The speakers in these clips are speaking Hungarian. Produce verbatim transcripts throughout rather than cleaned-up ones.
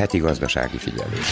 Heti gazdasági figyelés.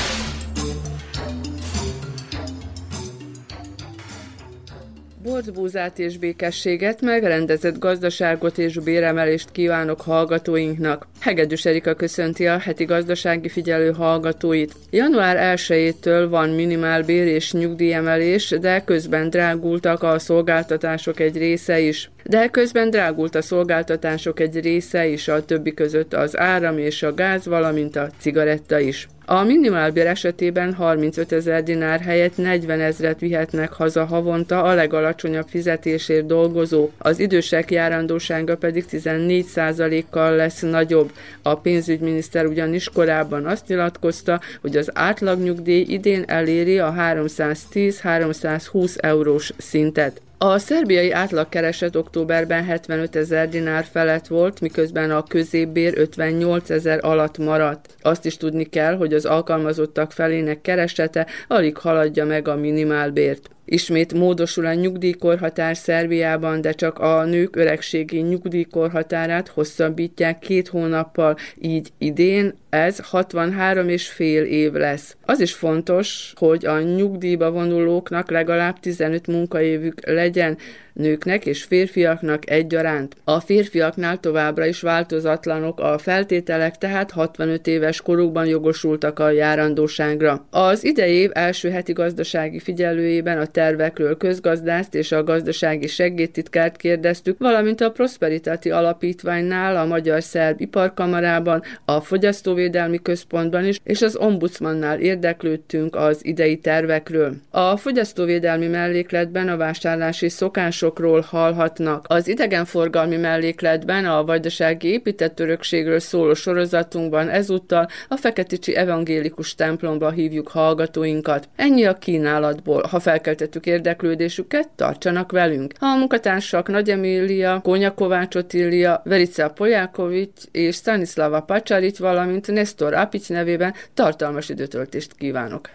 Borcbúzát és békességet, megrendezett gazdaságot és béremelést kívánok hallgatóinknak. Hegedűs Erika köszönti a heti gazdasági figyelő hallgatóit. január elsejétől van minimálbér és nyugdíjemelés, de közben drágultak a szolgáltatások egy része is. De közben drágult a szolgáltatások egy része is, a többi között az áram és a gáz, valamint a cigaretta is. A minimálbér esetében harmincötezer dinár helyett negyvenezret vihetnek haza havonta a legalacsonyabb fizetésért dolgozók, az idősek járandósága pedig tizennégy százalékkal lesz nagyobb. A pénzügyminiszter ugyanis korábban azt nyilatkozta, hogy az átlagnyugdíj idén eléri a háromszáztíz-háromszázhúsz eurós szintet. A szerbiai átlagkereset októberben hetvenötezer dinár felett volt, miközben a középbér ötvennyolcezer alatt maradt. Azt is tudni kell, hogy az alkalmazottak felének keresete alig haladja meg a minimálbért. Ismét módosul a nyugdíjkorhatár Szerbiában, de csak a nők öregségi nyugdíjkorhatárát hosszabbítják két hónappal, így idén ez hatvanhárom és fél év lesz. Az is fontos, hogy a nyugdíjba vonulóknak legalább tizenöt munkaévük legyen, nőknek és férfiaknak egyaránt. A férfiaknál továbbra is változatlanok a feltételek, tehát hatvanöt éves korukban jogosultak a járandóságra. Az idei év első heti gazdasági figyelőjében a tervekről közgazdászt és a gazdasági segédtitkárt kérdeztük, valamint a Prosperitati Alapítványnál, a Magyar-Szerb Iparkamarában, a Fogyasztóvédelmi Központban is, és az Ombudsmannál érdeklődtünk az idei tervekről. A fogyasztóvédelmi mellékletben a vásárlási szokások hallhatnak. Az idegenforgalmi mellékletben a vajdasági épített örökségről szóló sorozatunkban ezúttal a Feketicsi Evangélikus templomba hívjuk hallgatóinkat. Ennyi a kínálatból. Ha felkeltettük érdeklődésüket, tartsanak velünk. A munkatársak Nagy Emília, Kónya Kovács Otília, Verica Poljákovics és Stanislava Pacsarics, valamint Nestor Apics nevében tartalmas időtöltést kívánok.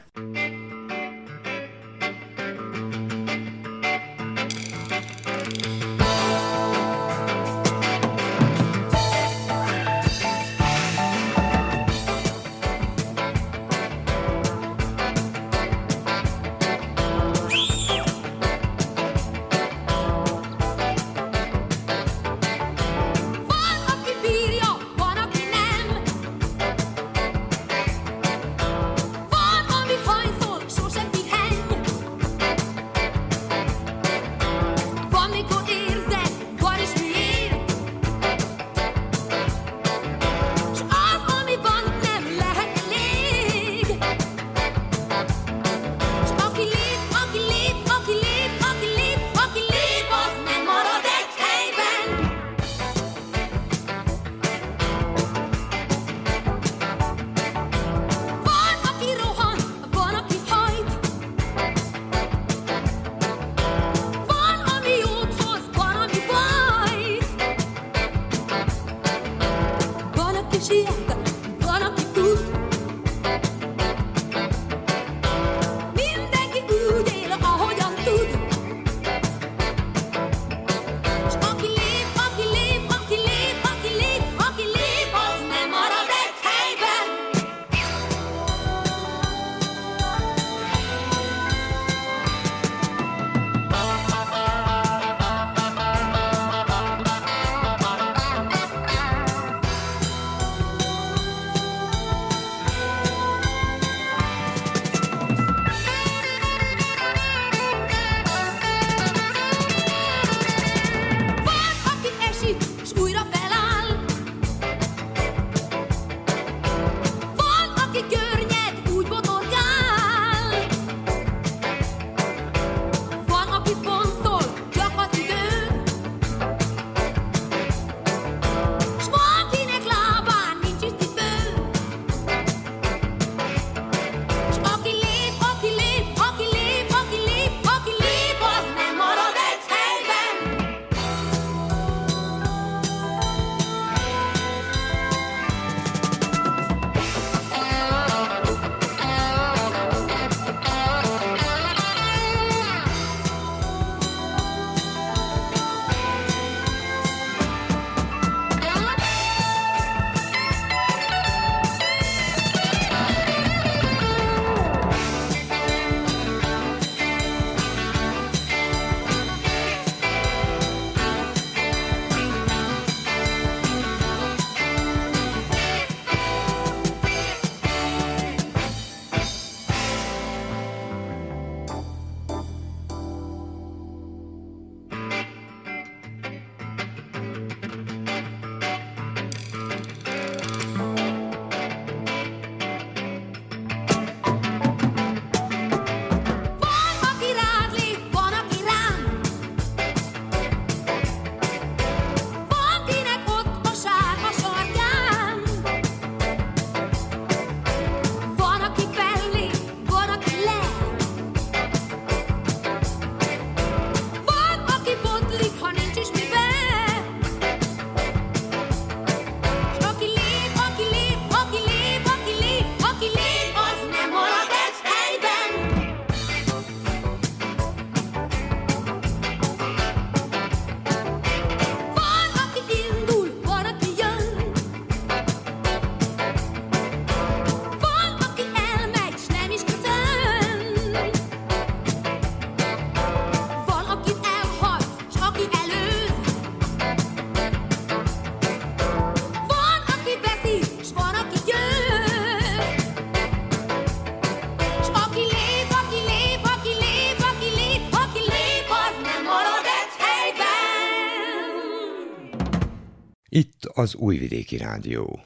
az Újvidéki Rádió.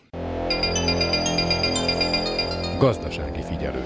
Gazdasági figyelő.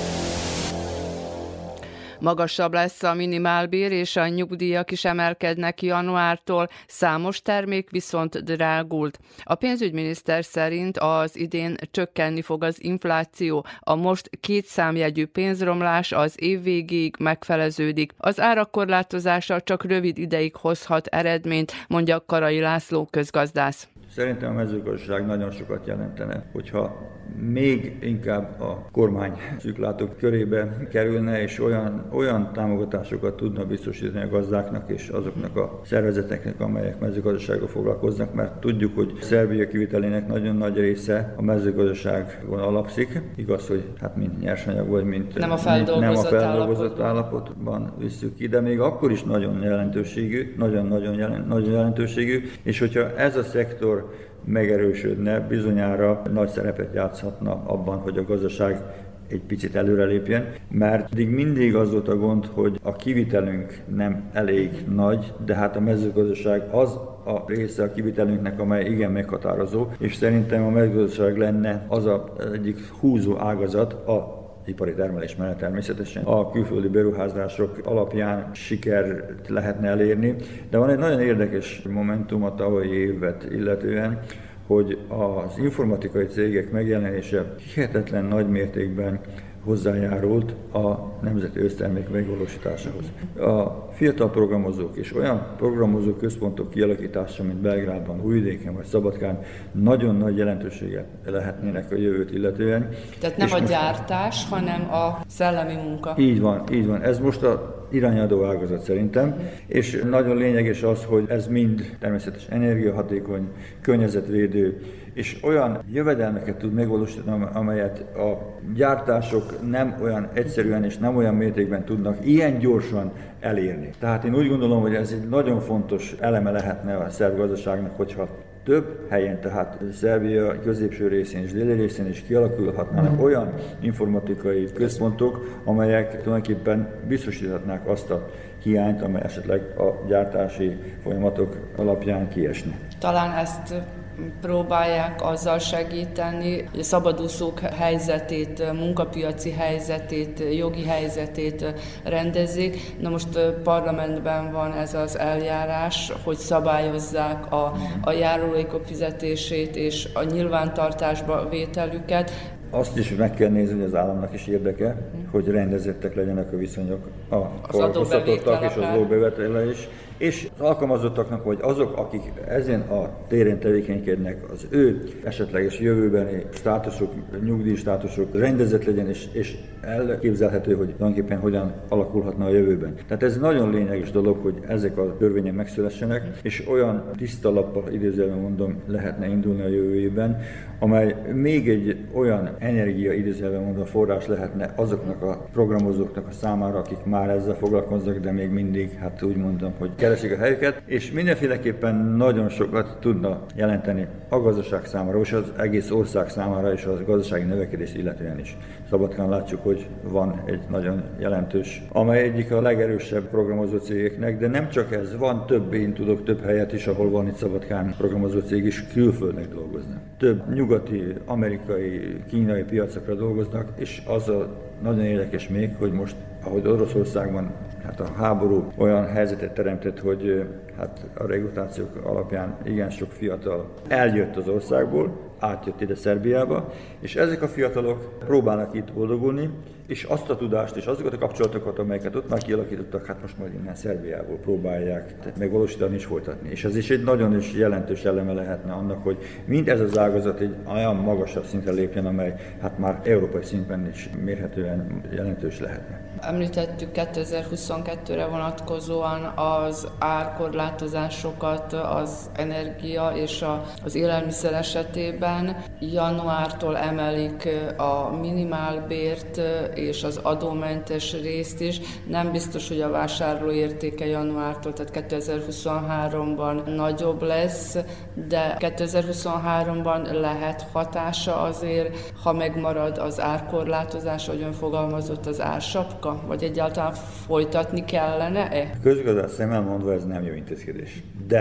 Magasabb lesz a minimálbér, és a nyugdíjak is emelkednek januártól, számos termék viszont drágult. A pénzügyminiszter szerint az idén csökkenni fog az infláció, a most két számjegyű pénzromlás az év végéig megfeleződik. Az árak korlátozása csak rövid ideig hozhat eredményt, mondja Karai László közgazdász. Szerintem a mezőgazdaság nagyon sokat jelentene, hogyha még inkább a kormány szűklátók körébe kerülne, és olyan, olyan támogatásokat tudna biztosítani a gazdáknak és azoknak a szervezeteknek, amelyek mezőgazdasággal foglalkoznak, mert tudjuk, hogy Szerbia kivitelének nagyon nagy része a mezőgazdaságon alapszik. Igaz, hogy hát mint nyersanyag vagy, mint nem a feldolgozott, nem a feldolgozott állapotban visszük ki, de még akkor is nagyon jelentőségű, nagyon-nagyon jelen, nagyon jelentőségű, és hogyha ez a szektor megerősödne, bizonyára nagy szerepet játszhatna abban, hogy a gazdaság egy picit előrelépjen, mert eddig mindig az volt a gond, hogy a kivitelünk nem elég nagy, de hát a mezőgazdaság az a része a kivitelünknek, amely igen meghatározó, és szerintem a mezőgazdaság lenne az a egyik húzó ágazat a ipari termelés mellett természetesen. A külföldi beruházások alapján sikert lehetne elérni, de van egy nagyon érdekes momentum a tavalyi évet illetően, hogy az informatikai cégek megjelenése hihetetlen nagy mértékben hozzájárult a nemzeti össztermék megvalósításához. A fiatal programozók és olyan programozó központok kialakítása, mint Belgrádban, Újvidéken vagy Szabadkán nagyon nagy jelentőséget lehetnének a jövőt illetően. Tehát nem és a gyártás, hanem a szellemi munka. Így van, így van. Ez most a irányadó ágazat szerintem, és nagyon lényeges az, hogy ez mind természetesen energiahatékony, környezetvédő, és olyan jövedelmeket tud megvalósítani, amelyet a gyártások nem olyan egyszerűen és nem olyan mértékben tudnak ilyen gyorsan elérni. Tehát én úgy gondolom, hogy ez egy nagyon fontos eleme lehetne a szerb gazdaságnak, hogyha több helyen, tehát Szerbia középső részén és déli részén is kialakulhatnának olyan informatikai központok, amelyek tulajdonképpen biztosíthatnák azt a hiányt, amely esetleg a gyártási folyamatok alapján kiesne. Talán ezt próbálják azzal segíteni, hogy a szabadúszók helyzetét, munkapiaci helyzetét, jogi helyzetét rendezzék. Na most parlamentben van ez az eljárás, hogy szabályozzák a, a járulékok fizetését és a nyilvántartásba vételüket. Azt is meg kell nézni, hogy az államnak is érdeke, hogy rendezettek legyenek a viszonyok a foglalkoztatottak és az adóbevétele is, és az alkalmazottaknak, vagy azok, akik ezen a téren tevékenykednek, az ő esetleges jövőbeni státusok, nyugdíj státusok rendezett legyen, és, és elképzelhető, hogy tulajdonképpen hogyan alakulhatna a jövőben. Tehát ez nagyon lényeges dolog, hogy ezek a törvények megszülessenek, és olyan tiszta lappal, idézőjelben mondom, lehetne indulni a jövőben, amely még egy olyan energia, idézőjelben mondom, forrás lehetne azoknak a programozóknak a számára, akik már ezzel foglalkoznak, de még mindig, hát úgy mondom, hogy keresik a helyüket, és mindenféleképpen nagyon sokat tudna jelenteni a gazdaság számára, és az egész ország számára, és a gazdasági növekedést illetően is. Szabadkán látjuk, hogy van egy nagyon jelentős, amely egyik a legerősebb programozó cégeknek, de nem csak ez, van több, én tudok több helyet is, ahol van itt Szabadkán programozó cég is, külföldnek dolgoznak. Több nyugati, amerikai, kínai piacokra dolgoznak, és az a nagyon érdekes még, hogy most, ahogy Oroszországban hát a háború olyan helyzetet teremtett, hogy hát a rekrutációk alapján igen sok fiatal eljött az országból, átjött ide Szerbiába, és ezek a fiatalok próbálnak itt boldogulni, és azt a tudást és azokat a kapcsolatokat, amelyeket ott már kialakítottak, hát most majd innen Szerbiából próbálják megvalósítani és folytatni. És ez is egy nagyon is jelentős eleme lehetne annak, hogy mind ez az ágazat egy olyan magasabb szintre lépjen, amely hát már európai szinten is mérhetően jelentős lehetne. Említettük kétezer-huszonkettőre vonatkozóan az árkorlátozásokat az energia és a, az élelmiszer esetében. Januártól emelik a minimálbért és az adómentes részt is. Nem biztos, hogy a vásárló értéke januártól, tehát kétezer-huszonháromban nagyobb lesz, de kétezer-huszonháromban lehet hatása azért, ha megmarad az árkorlátozás, ahogy ön fogalmazott, az ársapka, vagy egyáltalán folytatni kellene-e? Közgazdász szemmel mondva ez nem jó intézkedés. De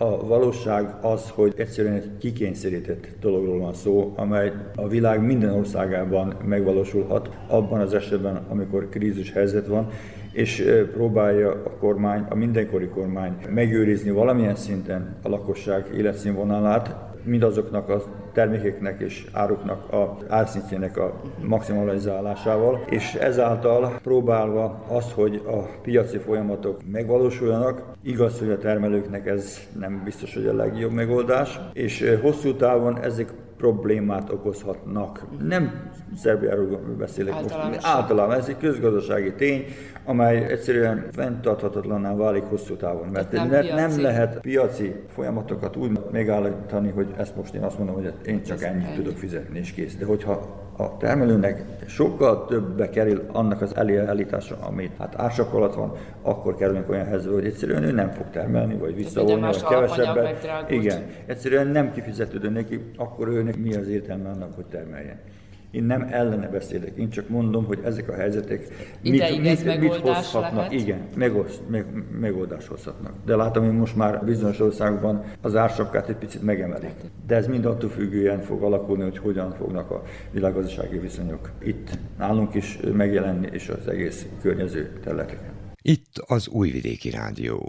A valóság az, hogy egyszerűen egy kikényszerített dologról van szó, amely a világ minden országában megvalósulhat, abban az esetben, amikor krízis helyzet van, és próbálja a kormány, a mindenkori kormány megőrizni valamilyen szinten a lakosság életszínvonalát, mindazoknak a termékeknek és áruknak a árszintjének a maximalizálásával, és ezáltal próbálva az, hogy a piaci folyamatok megvalósuljanak. Igaz, hogy a termelőknek ez nem biztos, hogy a legjobb megoldás, és hosszú távon ezek problémát okozhatnak. Nem Szerbiáról beszélek most, általában ez egy közgazdasági tény, amely egyszerűen fenntarthatatlanná válik hosszú távon, mert nem, ne, nem lehet piaci folyamatokat úgy megállítani, hogy ezt most én azt mondom, hogy én csak ennyit ennyi. tudok fizetni, és kész. De hogyha a termelőnek sokkal többbe kerül annak az előállítása, ami hát ársak alatt van, akkor kerülünk olyan helyzetbe, hogy egyszerűen ő nem fog termelni, vagy visszavonni, vagy kevesebbet. Igen, egyszerűen nem kifizetődő neki, akkor őnek mi az értelme annak, hogy termeljen. Én nem ellene beszélek, én csak mondom, hogy ezek a helyzetek mit, mit, mit hozhatnak. Lehet. Igen, megoszt, meg, megoldás hozhatnak. De látom, hogy most már bizonyos országokban az ársapkát egy picit megemelik. De ez mind attól függően fog alakulni, hogy hogyan fognak a világgazdasági viszonyok itt nálunk is megjelenni, és az egész környező területeken. Itt az Újvidéki Rádió.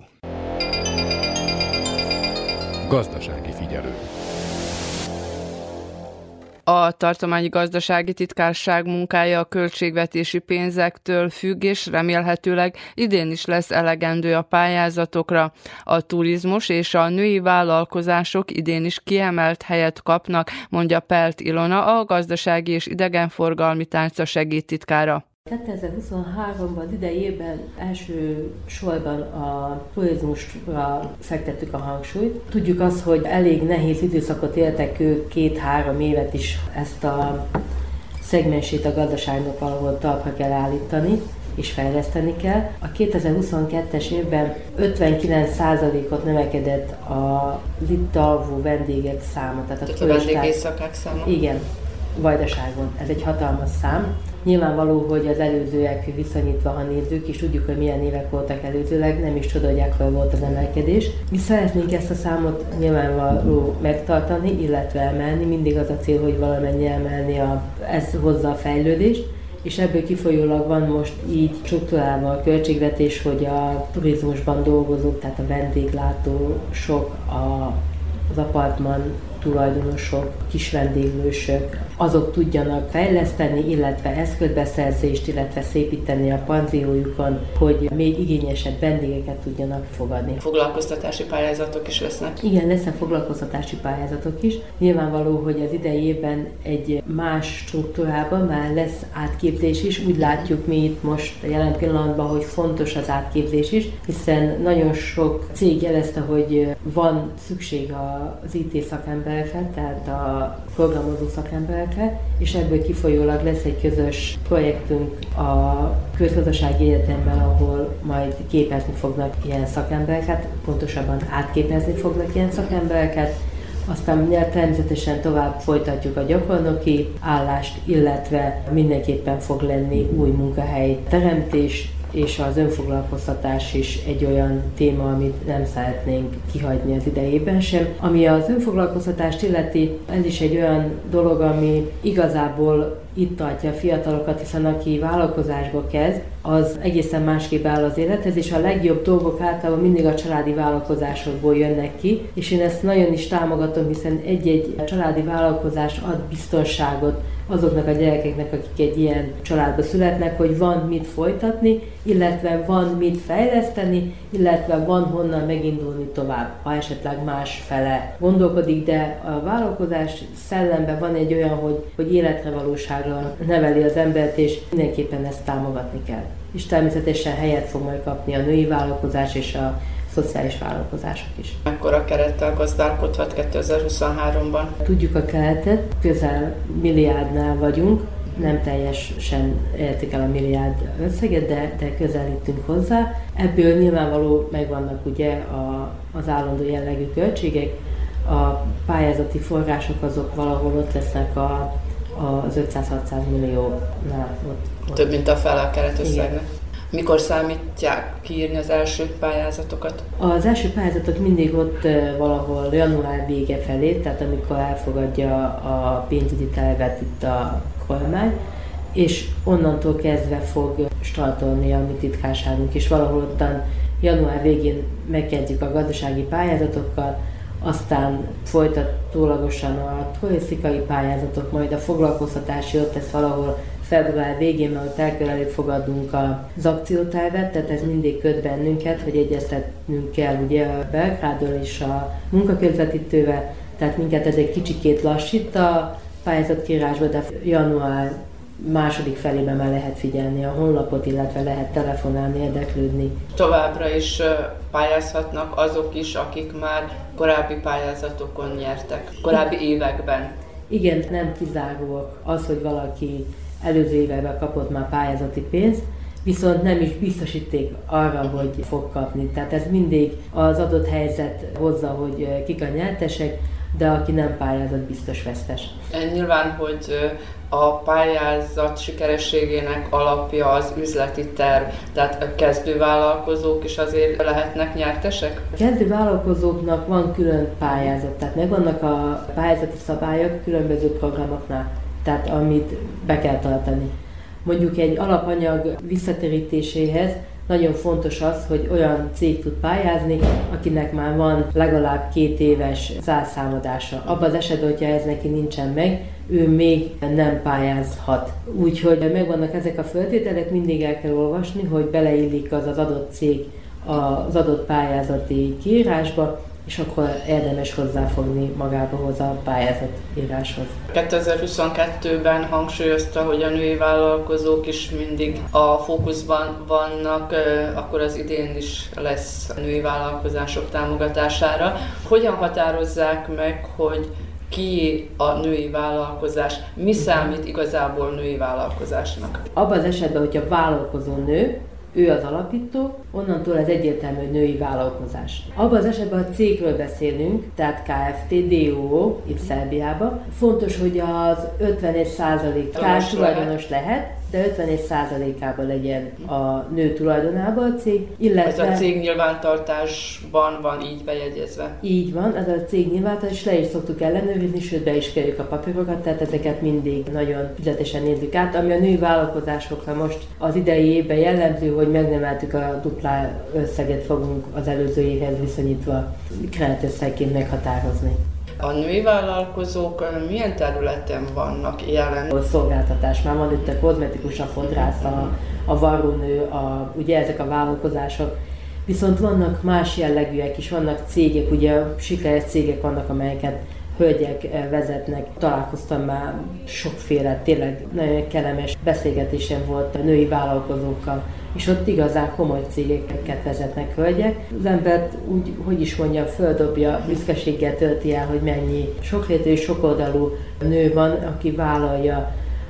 Gazdasági figyelő. A tartományi gazdasági titkárság munkája a költségvetési pénzektől függ, és remélhetőleg idén is lesz elegendő a pályázatokra. A turizmus és a női vállalkozások idén is kiemelt helyet kapnak, mondja Pelt Ilona, a gazdasági és idegenforgalmi tárca segédtitkára. kétezer-huszonháromban idejében első sorban a turizmusra fektettük a hangsúlyt. Tudjuk azt, hogy elég nehéz időszakot éltek ők, két-három évet is ezt a szegmensét a gazdaságnak valahol talpra kell állítani, és fejleszteni kell. A kétezer-huszonkettes évben ötvenkilenc százalékot növekedett a itt alvó vendégek száma. Tehát a, a vendégészakák száma? Igen, Vajdaságon. Ez egy hatalmas szám. Nyilvánvaló, hogy az előzőek viszonyítva, ha nézzük, és tudjuk, hogy milyen évek voltak előzőleg, nem is csoda, hogy ekkora volt az emelkedés. Mi szeretnénk ezt a számot nyilvánvaló megtartani, illetve emelni. Mindig az a cél, hogy valamennyi emelni, a, ez hozza a fejlődést, és ebből kifolyólag van most így struktúrálva a költségvetés, hogy a turizmusban dolgozók, tehát a vendéglátósok, a, az apartman tulajdonosok, kis vendéglősök, azok tudjanak fejleszteni, illetve eszközbeszerzést, illetve szépíteni a panziójukon, hogy még igényesebb vendégeket tudjanak fogadni. Foglalkoztatási pályázatok is lesznek? Igen, lesznek foglalkoztatási pályázatok is. Nyilvánvaló, hogy az idei évben egy más struktúrában már lesz átképzés is. Úgy látjuk mi itt most jelen pillanatban, hogy fontos az átképzés is, hiszen nagyon sok cég jelezte, hogy van szükség az í té szakember, tehát a programozó szakemberekre, és ebből kifolyólag lesz egy közös projektünk a Közgazdasági Egyetemben, ahol majd képezni fognak ilyen szakembereket, pontosabban átképezni fognak ilyen szakembereket, aztán természetesen tovább folytatjuk a gyakornoki állást, illetve mindenképpen fog lenni új munkahely teremtés, és az önfoglalkoztatás is egy olyan téma, amit nem szeretnénk kihagyni az idejében sem. Ami az önfoglalkoztatást illeti, ez is egy olyan dolog, ami igazából itt tartja a fiatalokat, hiszen aki vállalkozásba kezd, az egészen másképp áll az élethez, és a legjobb dolgok általában mindig a családi vállalkozásokból jönnek ki, és én ezt nagyon is támogatom, hiszen egy-egy családi vállalkozás ad biztonságot azoknak a gyerekeknek, akik egy ilyen családba születnek, hogy van mit folytatni, illetve van mit fejleszteni, illetve van honnan megindulni tovább, ha esetleg más fele gondolkodik, de a vállalkozás szellemben van egy olyan, hogy, hogy életre valóságra neveli az embert, és mindenképpen ezt támogatni kell. És természetesen helyet fog majd kapni a női vállalkozás és a szociális vállalkozások is. Mekkora kerettel gazdálkodhat kétezer-huszonháromban? Tudjuk a keretet, közel milliárdnál vagyunk, nem teljesen érték el a milliárd összeget, de, de közelítünk hozzá. Ebből nyilvánvaló megvannak ugye a, az állandó jellegű költségek, a pályázati források azok valahol ott lesznek a, az ötszáz-hatszáz milliónál. Ott, Több mint a fele a keretösszegnek. Mikor számítják kiírni az első pályázatokat? Az első pályázatok mindig ott valahol január vége felé, tehát amikor elfogadja a pénzügyi tervet itt a kormány, és onnantól kezdve fog startolni a mi titkárságunk, és valahol ottan január végén megkezdjük a gazdasági pályázatokkal, aztán folytatólagosan a turisztikai pályázatok, majd a foglalkoztatási, ott ez valahol február végén, mert ott el kell előfogadnunk az akciótervet, tehát ez mindig köt bennünket, hogy egyeztetnünk kell ugye a Belgráddal és a munkaközvetítővel, tehát minket ez egy kicsikét lassít a pályázatkírásba, de január második felében már lehet figyelni a honlapot, illetve lehet telefonálni, érdeklődni. Továbbra is pályázhatnak azok is, akik már korábbi pályázatokon nyertek, korábbi években. Igen, nem kizáróak az, hogy valaki előző években kapott már pályázati pénzt, viszont nem is biztosíték arra, hogy fog kapni. Tehát ez mindig az adott helyzet hozza, hogy kik a nyertesek, de aki nem pályázat, biztos vesztes. Nyilván, hogy a pályázat sikerességének alapja az üzleti terv, tehát a kezdővállalkozók is azért lehetnek nyertesek? A kezdővállalkozóknak van külön pályázat, tehát megvannak a pályázati szabályok különböző programoknál, tehát amit be kell tartani. Mondjuk egy alapanyag visszatérítéséhez nagyon fontos az, hogy olyan cég tud pályázni, akinek már van legalább két éves zárszámadása. Abban az esetben, hogyha ez neki nincsen meg, ő még nem pályázhat. Úgyhogy megvannak ezek a feltételek, mindig el kell olvasni, hogy beleillik az az adott cég az adott pályázati kiírásba, és akkor érdemes hozzáfogni magához a pályázatíráshoz. kétezer-huszonkettőben hangsúlyozta, hogy a női vállalkozók is mindig a fókuszban vannak, akkor az idén is lesz női vállalkozások támogatására. Hogyan határozzák meg, hogy ki a női vállalkozás? Mi számít igazából női vállalkozásnak? Abban az esetben, hogyha vállalkozó nő, ő az alapító, onnantól ez egyértelmű női vállalkozás. Abban az esetben a cégről beszélünk, tehát Kft. dé o o itt Szerbiában. Fontos, hogy az ötvenegy százalék társtulajdonos lehet, de ötvenegy százalékában legyen a nő tulajdonában a cég, illetve... Ez a cég nyilvántartásban van így bejegyezve. Így van, ez a cég nyilvántartás, és le is szoktuk ellenőrizni, sőt be is kerüljük a papírokat, tehát ezeket mindig nagyon fizetesen nézzük át. Ami a női vállalkozásokra most az idei évben jellemző, hogy megnemeltük a duplá összeget fogunk az előző évhez viszonyítva keretösszegként meghatározni. A női vállalkozók milyen területen vannak jelen? A szolgáltatás, már van itt a kozmetikus, a fodrász, a, a varrónő, a, ugye ezek a vállalkozások. Viszont vannak más jellegűek is, vannak cégek, ugye sikeres cégek vannak, amelyeket hölgyek vezetnek. Találkoztam már sokféle, tényleg nagyon kellemes beszélgetésem volt a női vállalkozókkal, és ott igazán komoly cégeket vezetnek hölgyek. Az embert úgy, hogy is mondjam, földobja, büszkeséggel tölti el, hogy mennyi sokrétű és sokoldalú nő van, aki vállalja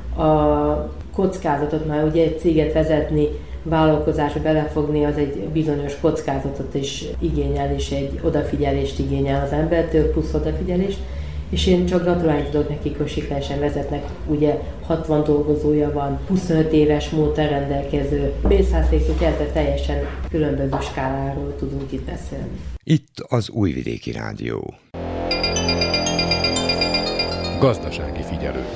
a kockázatot, már ugye egy céget vezetni, vállalkozásba belefogni, az egy bizonyos kockázatot is igényel, és egy odafigyelést igényel az embertől, plusz odafigyelést, és én csak gratulálni tudok nekik, hogy sikeresen vezetnek, ugye hatvan dolgozója van, huszonöt éves múltal rendelkező bérszázaléktól kezdve teljesen különböző skáláról tudunk itt beszélni. Itt az Újvidéki Rádió. Gazdasági figyelő.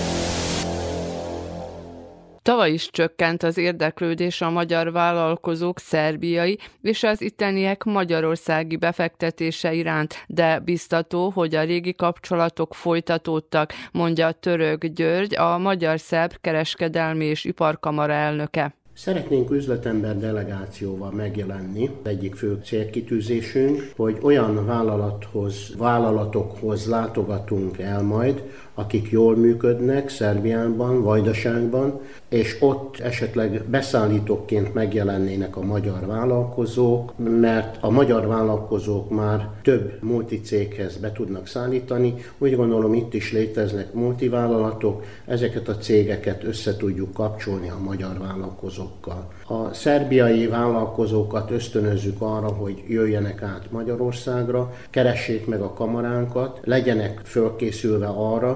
Tavaly is csökkent az érdeklődés a magyar vállalkozók szerbiai és az itteniek magyarországi befektetése iránt, de biztató, hogy a régi kapcsolatok folytatódtak, mondja Török György, a Magyar-Szerb Kereskedelmi és Iparkamara elnöke. Szeretnénk üzletember delegációval megjelenni. Egyik fő célkitűzésünk, hogy olyan vállalathoz, vállalatokhoz látogatunk el majd, akik jól működnek Szerbiában, Vajdaságban, és ott esetleg beszállítóként megjelennének a magyar vállalkozók, mert a magyar vállalkozók már több multicéghez be tudnak szállítani. Úgy gondolom, itt is léteznek multivállalatok, ezeket a cégeket össze tudjuk kapcsolni a magyar vállalkozókkal. A szerbiai vállalkozókat ösztönözzük arra, hogy jöjjenek át Magyarországra, keressék meg a kamaránkat, legyenek fölkészülve arra,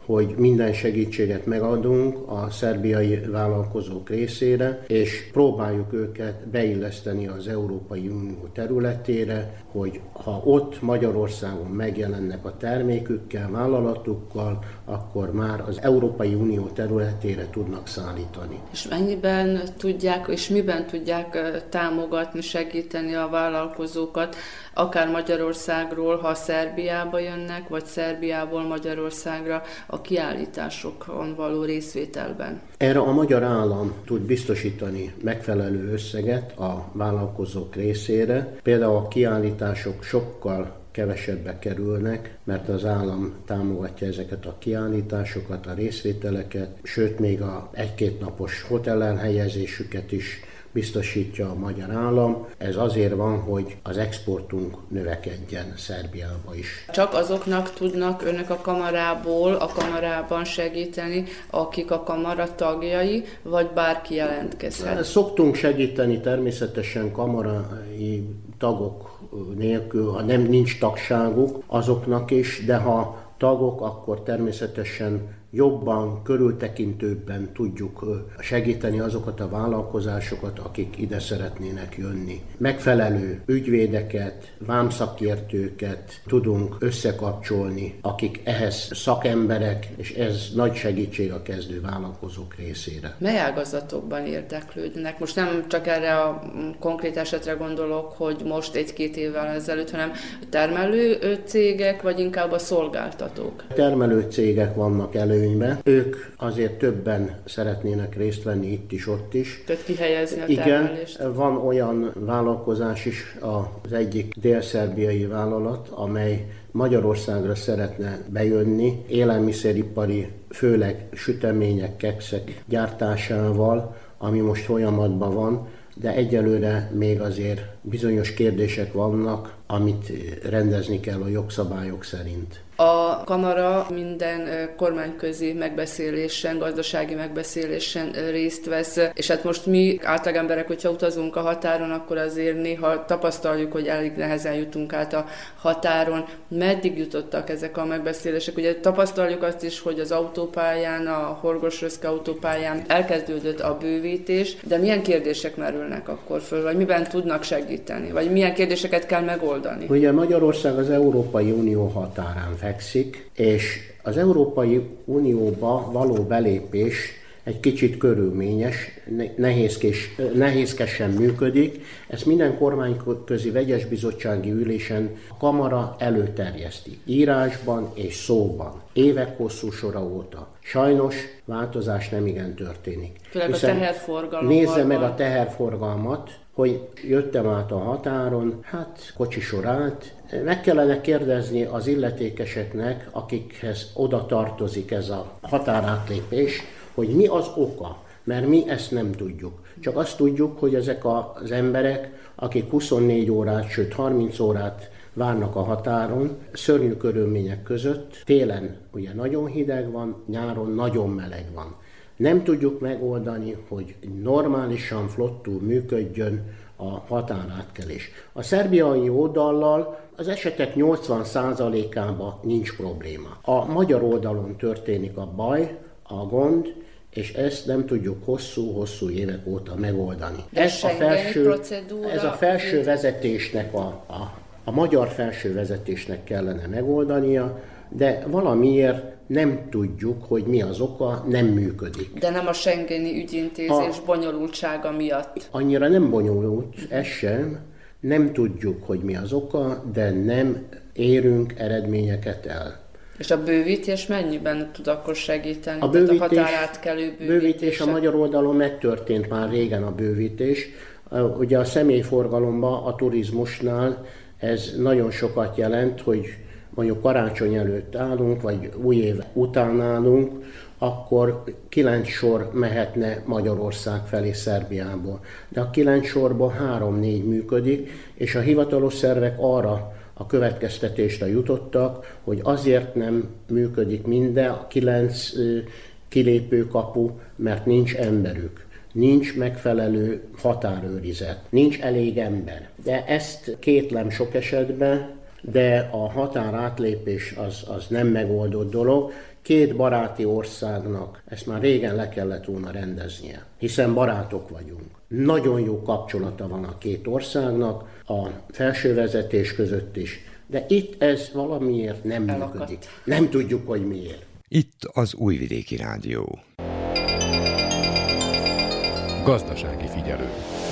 hogy minden segítséget megadunk a szerbiai vállalkozók részére, és próbáljuk őket beilleszteni az Európai Unió területére, hogy ha ott Magyarországon megjelennek a termékükkel, vállalatukkal, akkor már az Európai Unió területére tudnak szállítani. És mennyiben tudják, és miben tudják támogatni, segíteni a vállalkozókat, akár Magyarországról, ha Szerbiába jönnek, vagy Szerbiából Magyarországra a kiállításokon való részvételben? Erre a magyar állam tud biztosítani megfelelő összeget a vállalkozók részére. Például a kiállítások sokkal kevesebbe kerülnek, mert az állam támogatja ezeket a kiállításokat, a részvételeket, sőt még a egy-két napos hotelelhelyezésüket is biztosítja a magyar állam. Ez azért van, hogy az exportunk növekedjen Szerbiába is. Csak azoknak tudnak önök a kamarából, a kamarában segíteni, akik a kamara tagjai, vagy bárki jelentkezhet? Szoktunk segíteni természetesen kamarai tagok nélkül, ha nem nincs tagságuk, azoknak is, de ha tagok, akkor természetesen jobban, körültekintőbben tudjuk segíteni azokat a vállalkozásokat, akik ide szeretnének jönni. Megfelelő ügyvédeket, vámszakértőket tudunk összekapcsolni, akik ehhez szakemberek, és ez nagy segítség a kezdő vállalkozók részére. Mely ágazatokban érdeklődnek? Most nem csak erre a konkrét esetre gondolok, hogy most egy-két évvel ezelőtt, hanem termelő cégek, vagy inkább a szolgáltatók? Termelő cégek vannak elő. Ők azért többen szeretnének részt venni itt is, ott is. Tehát kihelyezni a termelést. Igen, van olyan vállalkozás is, az egyik dél-szerbiai vállalat, amely Magyarországra szeretne bejönni, élelmiszeripari, főleg sütemények, kekszek gyártásával, ami most folyamatban van, de egyelőre még azért bizonyos kérdések vannak, amit rendezni kell a jogszabályok szerint. A kamara minden kormányközi megbeszélésen, gazdasági megbeszélésen részt vesz, és hát most mi átlagemberek, hogyha utazunk a határon, akkor azért néha tapasztaljuk, hogy elég nehezen jutunk át a határon. Meddig jutottak ezek a megbeszélések? Ugye tapasztaljuk azt is, hogy az autópályán, a Horgosz-Röszke autópályán elkezdődött a bővítés, de milyen kérdések merülnek akkor föl, vagy miben tudnak segíteni, vagy milyen kérdéseket kell megoldani? Ugye Magyarország az Európai Unió határán fekszik, és az Európai Unióba való belépés egy kicsit körülményes, nehézkes, nehézkesen működik. Ezt minden kormányközi vegyes bizottsági ülésen a kamara előterjeszti, írásban és szóban, évek hosszú sora óta. Sajnos változás nem igen történik. Főleg a teherforgalomban. Nézze meg a teherforgalmat, hogy jöttem át a határon, hát kocsisor állt. Meg kellene kérdezni az illetékeseknek, akikhez oda tartozik ez a határátlépés, hogy mi az oka, mert mi ezt nem tudjuk. Csak azt tudjuk, hogy ezek az emberek, akik huszonnégy órát, sőt harminc órát várnak a határon, szörnyű körülmények között, télen ugye nagyon hideg van, nyáron nagyon meleg van. Nem tudjuk megoldani, hogy normálisan, flottul működjön a határátkelés. A szerbiai oldallal az esetek nyolcvan százalékában nincs probléma. A magyar oldalon történik a baj, a gond, és ezt nem tudjuk hosszú-hosszú évek óta megoldani. Ez a, felső, ez a felső vezetésnek, a, a, a magyar felső vezetésnek kellene megoldania, de valamiért nem tudjuk, hogy mi az oka, nem működik. De nem a schengeni ügyintézés a, bonyolultsága miatt? Annyira nem bonyolult, ez sem. Nem tudjuk, hogy mi az oka, de nem érünk eredményeket el. És a bővítés mennyiben tud akkor segíteni? A, bővítés, a határátkelő bővítés. bővítés a magyar oldalon megtörtént már régen a bővítés. Ugye a személyforgalomban, a turizmusnál ez nagyon sokat jelent, hogy mondjuk karácsony előtt állunk, vagy új év után állunk, akkor kilenc sor mehetne Magyarország felé Szerbiából. De a kilenc sorban három-négy működik, és a hivatalos szervek arra a következtetésre jutottak, hogy azért nem működik minden a kilenc kilépőkapu, mert nincs emberük. Nincs megfelelő határőrizet, nincs elég ember. De ezt kétlem sok esetben, de a határátlépés az, az nem megoldott dolog. két baráti országnak ezt már régen le kellett volna rendeznie, hiszen barátok vagyunk. Nagyon jó kapcsolata van a két országnak, a felső vezetés között is, de itt ez valamiért nem Elakadt. működik. Nem tudjuk, hogy miért. Itt az Újvidéki Rádió. Gazdasági figyelő.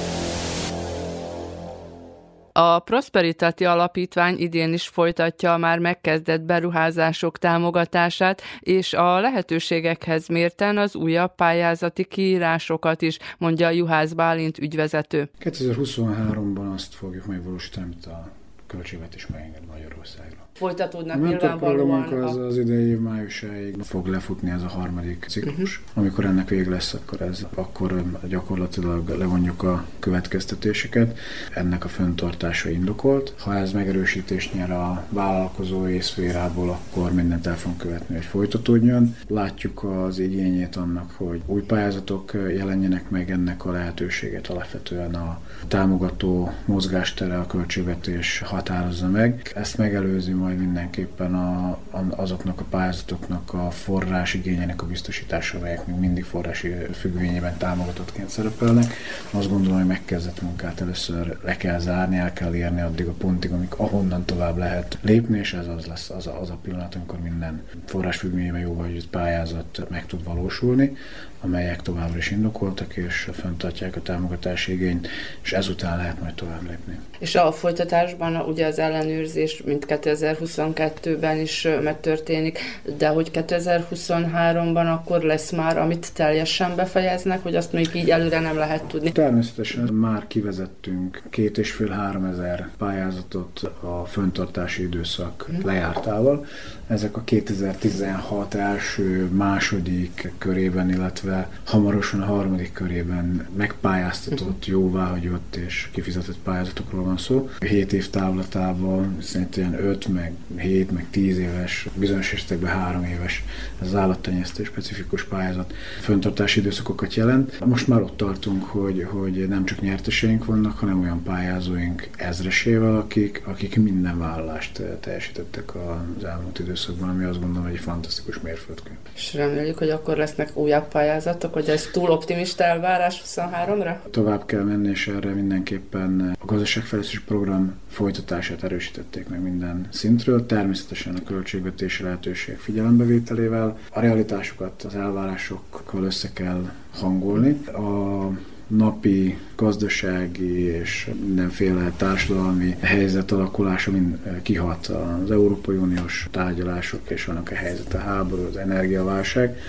A Prosperitáti Alapítvány idén is folytatja a már megkezdett beruházások támogatását, és a lehetőségekhez mérten az újabb pályázati kiírásokat is, mondja Juhász Bálint ügyvezető. kétezer-huszonháromban azt fogjuk megvalósítani, amit a költségvetés megenged Magyarországra. Folytatódnak a nyilvánvalóan. A az, az idei év májusáig fog lefutni ez a harmadik ciklus. Uh-huh. Amikor ennek vége lesz, akkor, ez, akkor gyakorlatilag levonjuk a következtetéseket. Ennek a fenntartása indokolt. Ha ez megerősítést nyer a vállalkozói szférából, akkor mindent el fogunk követni, hogy folytatódjon. Látjuk az igényét annak, hogy új pályázatok jelenjenek meg, ennek a lehetőséget alapvetően a támogató mozgástere, a költségvetés határozza meg. Ezt megelőzi majd mindenképpen a, a, azoknak a pályázatoknak a forrás igényének a biztosítása, amelyek még mindig forrási függvényében támogatottként szerepelnek. Azt gondolom, hogy megkezdett munkát először le kell zárni, el kell érni addig a pontig, amik ahonnan tovább lehet lépni, és ez az lesz az a, az a pillanat, amikor minden forrás függvényében jóváhagyott pályázat meg tud valósulni, amelyek továbbra is indokoltak, és fenntartják a támogatási igényt, és ezután lehet majd tovább lépni. És a folytatásban ugye az ellenőrzés, mint kétezer-huszonkettőben is megtörténik, de hogy kétezer-huszonháromban akkor lesz már, amit teljesen befejeznek, hogy azt még így előre nem lehet tudni? Természetesen már kivezettünk két és fél három ezer pályázatot a fenntartási időszak hmm. lejártával. Ezek a kétezer-tizenhat első, második körében, illetve hamarosan a harmadik körében megpályáztatott, jóváhagyott és kifizetett pályázatokról van szó. hét év távlatában szerintem öt, meg hét, meg tíz éves, bizonyos esetekben három éves ez az állattenyésztő specifikus pályázat fenntartási időszakokat jelent. Most már ott tartunk, hogy, hogy nem csak nyerteseink vannak, hanem olyan pályázóink ezresével, akik, akik minden vállalást teljesítettek az elmúlt időszakban, ami azt gondolom, hogy egy fantasztikus mérföldkő. És reméljük, hogy akkor lesznek újabb pályázatok, hogy ez túl optimista elvárás huszonháromra? Tovább kell menni, és erre mindenképpen a gazdaságfejlesztési program folytatását erősítették meg minden szintről, természetesen a költségvetési lehetőség figyelembevételével. A realitásokat az elvárásokkal össze kell hangolni. A napi gazdasági és mindenféle társadalmi helyzet alakulása mind kihat az Európai Uniós tárgyalások és annak a helyzet, a háború, az energiaválság,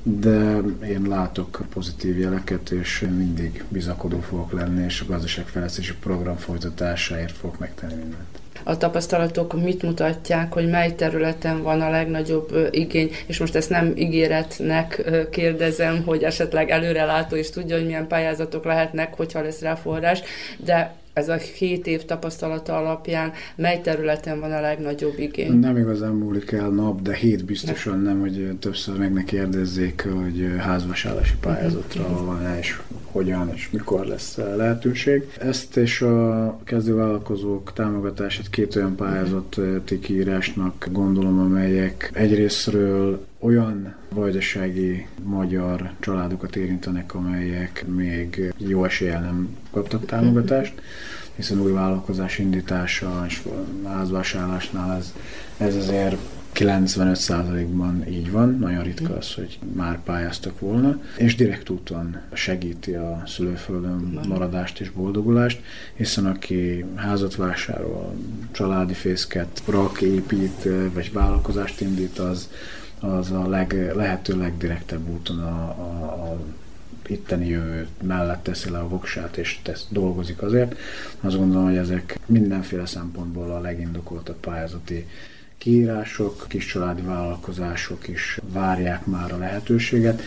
de én látok pozitív jeleket, és mindig bizakodó fogok lenni, és a gazdaságfejlesztési program folytatásáért fogok megtenni mindent. A tapasztalatok mit mutatják, hogy mely területen van a legnagyobb igény, és most ezt nem ígéretnek kérdezem, hogy esetleg előrelátó és tudja, hogy milyen pályázatok lehetnek, hogyha lesz rá forrás, de ez a hét év tapasztalata alapján mely területen van a legnagyobb igény? Nem igazán múlik el nap, de hét biztosan nem, hogy többször meg ne kérdezzék, hogy házvasárlási pályázatra uh-huh. van-e, és hogyan és mikor lesz lehetőség. Ezt és a kezdővállalkozók támogatását két olyan pályázati kiírásnak gondolom, amelyek egyrésztről olyan vajdasági magyar családokat érintenek, amelyek még jó eséllyel nem kaptak támogatást, hiszen új vállalkozás indítása és házvásárlásnál ez, ez azért kilencvenöt százalékban így van, nagyon ritka az, hogy már pályáztak volna, és direkt úton segíti a szülőföldön maradást és boldogulást, hiszen aki házat vásárol, családi fészket rak, épít, vagy vállalkozást indít, az az a leg, lehető legdirektebb úton a, a, a itteni jövő mellett teszi le a voksát, és tesz, dolgozik azért. Azt gondolom, hogy ezek mindenféle szempontból a legindokoltabb pályázati kiírások, kis családi vállalkozások is várják már a lehetőséget.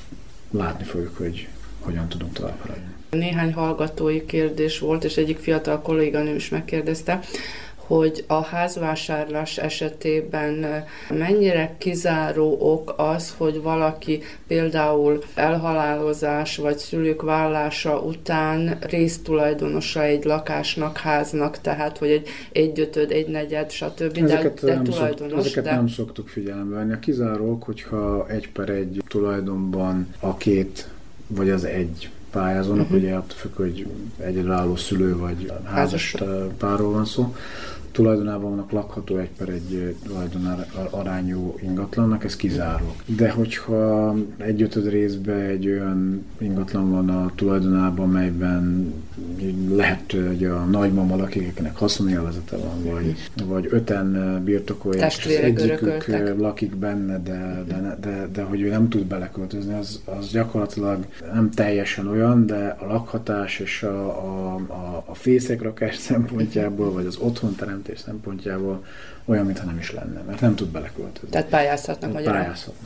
Látni fogjuk, hogy hogyan tudunk tovább haladni. Néhány hallgatói kérdés volt, és egyik fiatal kolléganőm is megkérdezte, hogy a házvásárlás esetében mennyire kizáró ok az, hogy valaki például elhalálozás vagy szülők vállása után résztulajdonosa egy lakásnak, háznak, tehát hogy egy egyötöd, egy negyed, stb. Ezeket, de, de nem, tulajdonos. szok, ezeket de... nem szoktuk figyelembe venni. A kizáró ok, hogyha egy per egy tulajdonban a két vagy az egy pályázónak, uh-huh. ugye attól függ, hogy egyedülálló szülő vagy házas párról van szó, tulajdonában vannak lakható egy per egy tulajdon arányú ingatlannak, ez kizáró. De hogyha egyötöd részben egy olyan ingatlan van a tulajdonában, melyben lehet, hogy a nagymama lakik, akinek haszonélvezete van, vagy, vagy öten birtokolják, és az egyikük lakik benne, de, de, de, de hogy ő nem tud beleköltözni, az, az gyakorlatilag nem teljesen olyan, de a lakhatás és a, a, a, a fészekrakás szempontjából, vagy az otthonteremtés szempontjából olyan, mintha nem is lenne, mert nem tud beleköltözni. Tehát pályázhatnak magyarán. Pályázhatnak.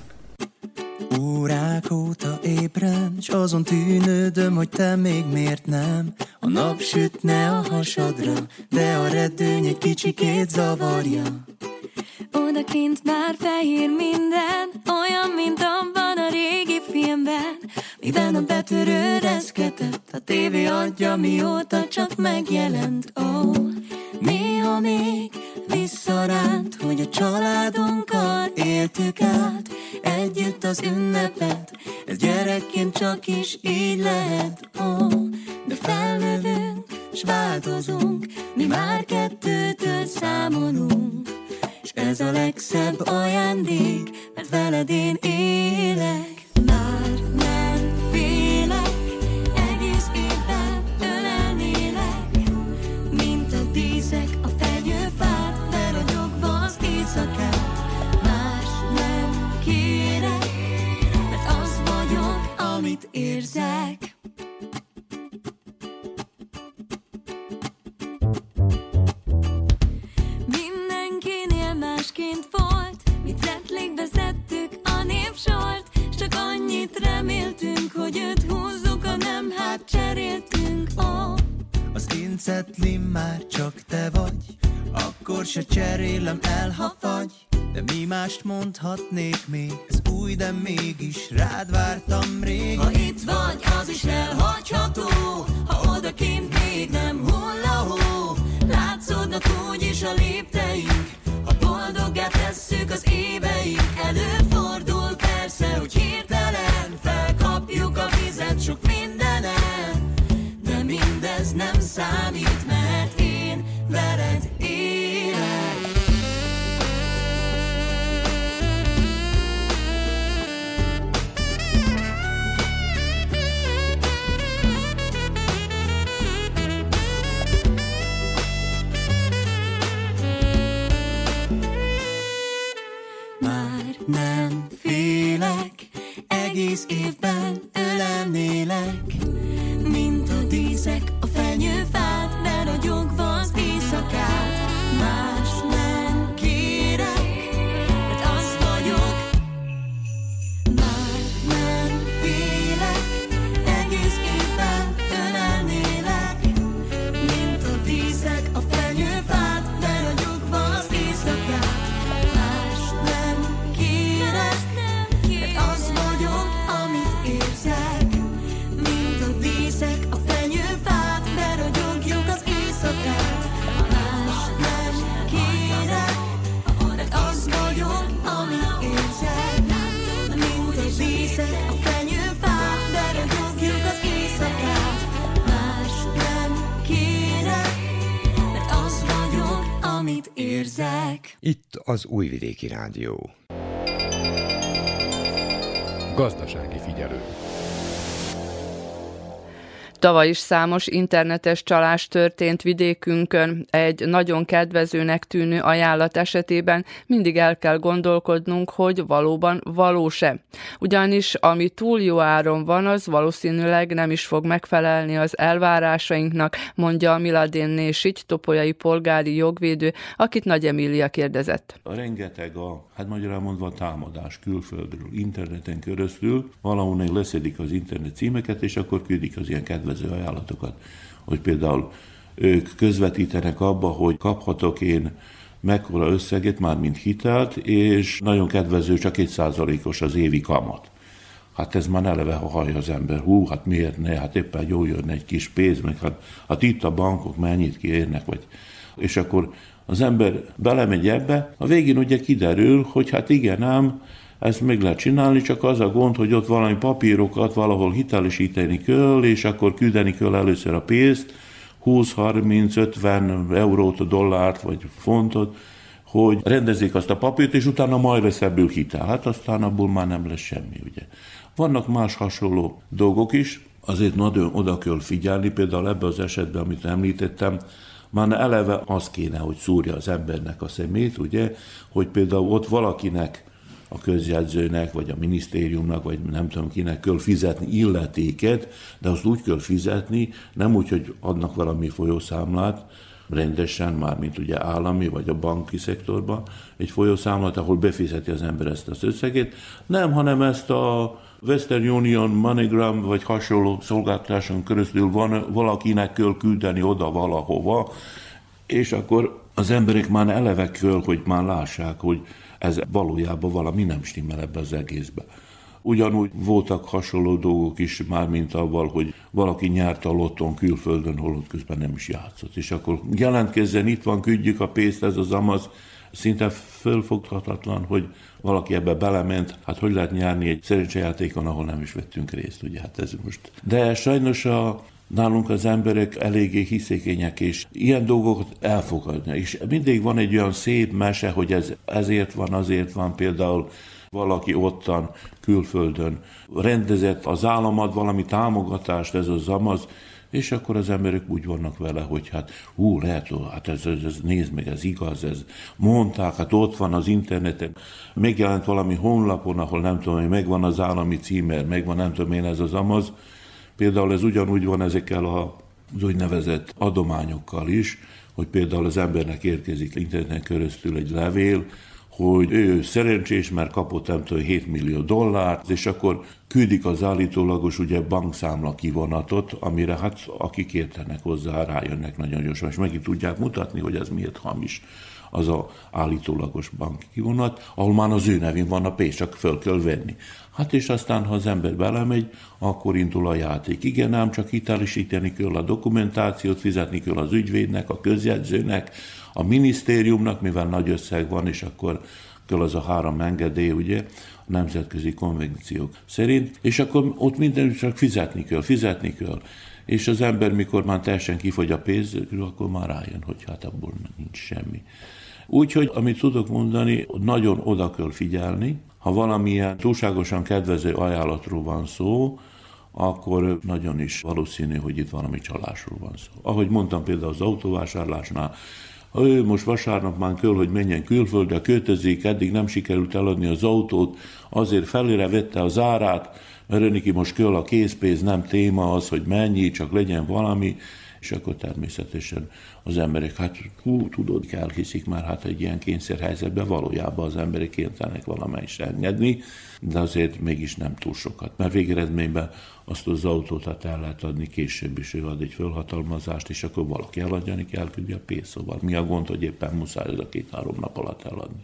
Órák óta ébren, s azon tűnődöm, hogy te még miért nem. A nap sütne a hasadra, de a redőny egy kicsikét zavarja. Odakint már fehér minden, olyan, mint abban a régi filmben, miben a betörő reszketett, a tévé adja, mióta csak megjelent. Ó, oh, néha még visszaránt, hogy a családunkkal éltük át együtt az ünnepet, ez gyerekként csak is így lehet. Ó, oh, de felnövünk, s változunk, mi már kettőtől számolunk, és ez a legszebb ajándék, mert veled én élek. Már nem félek, egész évben ölelnélek, mint a díszek a fenyőfát, beragyogva az éjszakát. Más nem kérek, mert az vagyok, amit érzek. Mindenkinél másként volt, mi cetlikbe szedtük a névsort, s csak annyit reméltünk, hogy őt húzzuk, a nem, hát cseréltünk. Oh. Az én cetlim már csak te vagy, akkor se cserélem el, ha fagy. De mi mást mondhatnék még, ez új, de mégis rád vártam rég. Ha itt vagy, az is elhagyható, ha odakint még nem hull a hó. Látszódnak úgyis a lépteink, ha boldoggá tesszük az éveink. Előfordul persze, hogy hirtelen felkapjuk a vizet sok mindenen, de mindez nem számít, mert én veled élek. Nem félek, egész évben ölelnélek, mint a díszek a fenyőfát, beragyogva az éjszakát. Más nem kérek, mert az vagyok. Már nem félek, egész évben ölelnélek, mint a díszek a fenyőfát, beragyogva az éjszakát. Érzek. Itt az Újvidéki Rádió. Gazdasági figyelő. Tavaly is számos internetes csalás történt vidékünkön. Egy nagyon kedvezőnek tűnő ajánlat esetében mindig el kell gondolkodnunk, hogy valóban valós-e. Ugyanis ami túl jó áron van, az valószínűleg nem is fog megfelelni az elvárásainknak, mondja Miladén Nésigy, topolyai polgári jogvédő, akit Nagy Emília kérdezett. A rengeteg a, hát magyarán mondva a támadás külföldről, interneten keresztül, valahonnan leszedik az internet címeket, és akkor küldik az ilyen kedvező ajánlatokat, hogy például ők közvetítenek abba, hogy kaphatok én mekkora összeget, már mint hitelt, és nagyon kedvező, csak egy százalékos az évi kamat. Hát ez már eleve, ha hallja az ember, hú, hát miért ne, hát éppen jól jönne egy kis pénz, meg hát, hát itt a bankok mennyit kérnek, vagy. És akkor az ember belemegy ebbe, a végén ugye kiderül, hogy hát igen ám, ezt meg lehet csinálni, csak az a gond, hogy ott valami papírokat valahol hitelesíteni kell, és akkor küldeni kell először a pénzt, húsz, harminc, ötven eurót, dollárt, vagy fontot, hogy rendezzék azt a papírt, és utána majd lesz ebből hitel. Hát aztán abból már nem lesz semmi, ugye. Vannak más hasonló dolgok is, azért nagyon oda kell figyelni, például ebben az esetben, amit említettem, már eleve az kéne, hogy szúrja az embernek a szemét, ugye, hogy például ott valakinek, a közjegyzőnek, vagy a minisztériumnak, vagy nem tudom kinek kell fizetni illetéket, de azt úgy kell fizetni, nem úgy, hogy adnak valami folyószámlát, rendesen, már mint ugye állami, vagy a banki szektorban, egy folyószámlát, ahol befizeti az ember ezt az összeget, nem, hanem ezt a Western Union, MoneyGram, vagy hasonló szolgáltatáson keresztül van, valakinek kell küldeni oda valahova, és akkor az emberek már eleve kell, hogy már lássák, hogy ez valójában valami nem stimmel ebbe az egészbe. Ugyanúgy voltak hasonló dolgok is már, mint avval, hogy valaki nyert a lotton külföldön, holott közben nem is játszott. És akkor jelentkezzen, itt van, küldjük a pénzt, ez az amaz, szinte fölfoghatatlan, hogy valaki ebbe belement. Hát hogy lehet nyerni egy szerencsejátékon, ahol nem is vettünk részt, ugye, hát ez most. De sajnos a nálunk az emberek eléggé hiszékenyek, és ilyen dolgokat elfogadni. És mindig van egy olyan szép mese, hogy ez ezért van, azért van, például valaki ottan, külföldön rendezett, az állam ad valami támogatást, ez az amaz, és akkor az emberek úgy vannak vele, hogy hát hú, lehet, hát ez, ez, ez nézd meg, ez igaz, ez mondták, hát ott van az interneten, megjelent valami honlapon, ahol nem tudom, hogy megvan az állami címer, megvan nem tudom én ez az amaz. Például ez ugyanúgy van ezekkel az úgynevezett adományokkal is, hogy például az embernek érkezik interneten keresztül egy levél, hogy ő szerencsés, mert kapott nem tudom, hét millió dollárt, és akkor küldik az állítólagos ugye bankszámla kivonatot, amire hát akik értenek hozzá, rájönnek nagyon gyorsan, és megint tudják mutatni, hogy ez miért hamis az a állítólagos banki kivonat, ahol már az ő nevén van a pénz, csak föl kell venni. Hát és aztán, ha az ember belemegy, akkor indul a játék. Igen, ám csak hitelesíteni kell a dokumentációt, fizetni kell az ügyvédnek, a közjegyzőnek, a minisztériumnak, mivel nagy összeg van, és akkor kell az a három engedély, ugye, a nemzetközi konvenciók szerint, és akkor ott mindenütt csak fizetni kell, fizetni kell. És az ember, mikor már teljesen kifogy a pénzről, akkor már rájön, hogy hát abból nincs semmi. Úgyhogy, amit tudok mondani, nagyon oda kell figyelni, ha valamilyen túlságosan kedvező ajánlatról van szó, akkor nagyon is valószínű, hogy itt valami csalásról van szó. Ahogy mondtam például az autóvásárlásnál, ha ő most vasárnap már kell, hogy menjen külföldre, költözik, eddig nem sikerült eladni az autót, azért felére vette az árát, mert neki most kell a készpénz, nem téma az, hogy mennyi, csak legyen valami, és akkor természetesen az emberek, hát hú, tudod, elhiszik már, hát egy ilyen kényszerhelyzetben valójában az emberek kénytelenek valamelyest engedni, de azért mégis nem túl sokat, mert végeredményben azt az autót hát el lehet adni később is, ő ad egy fölhatalmazást, és akkor valaki eladja, neki elküldi a pénzt, szóval mi a gond, hogy éppen muszáj ez a két-három nap alatt eladni.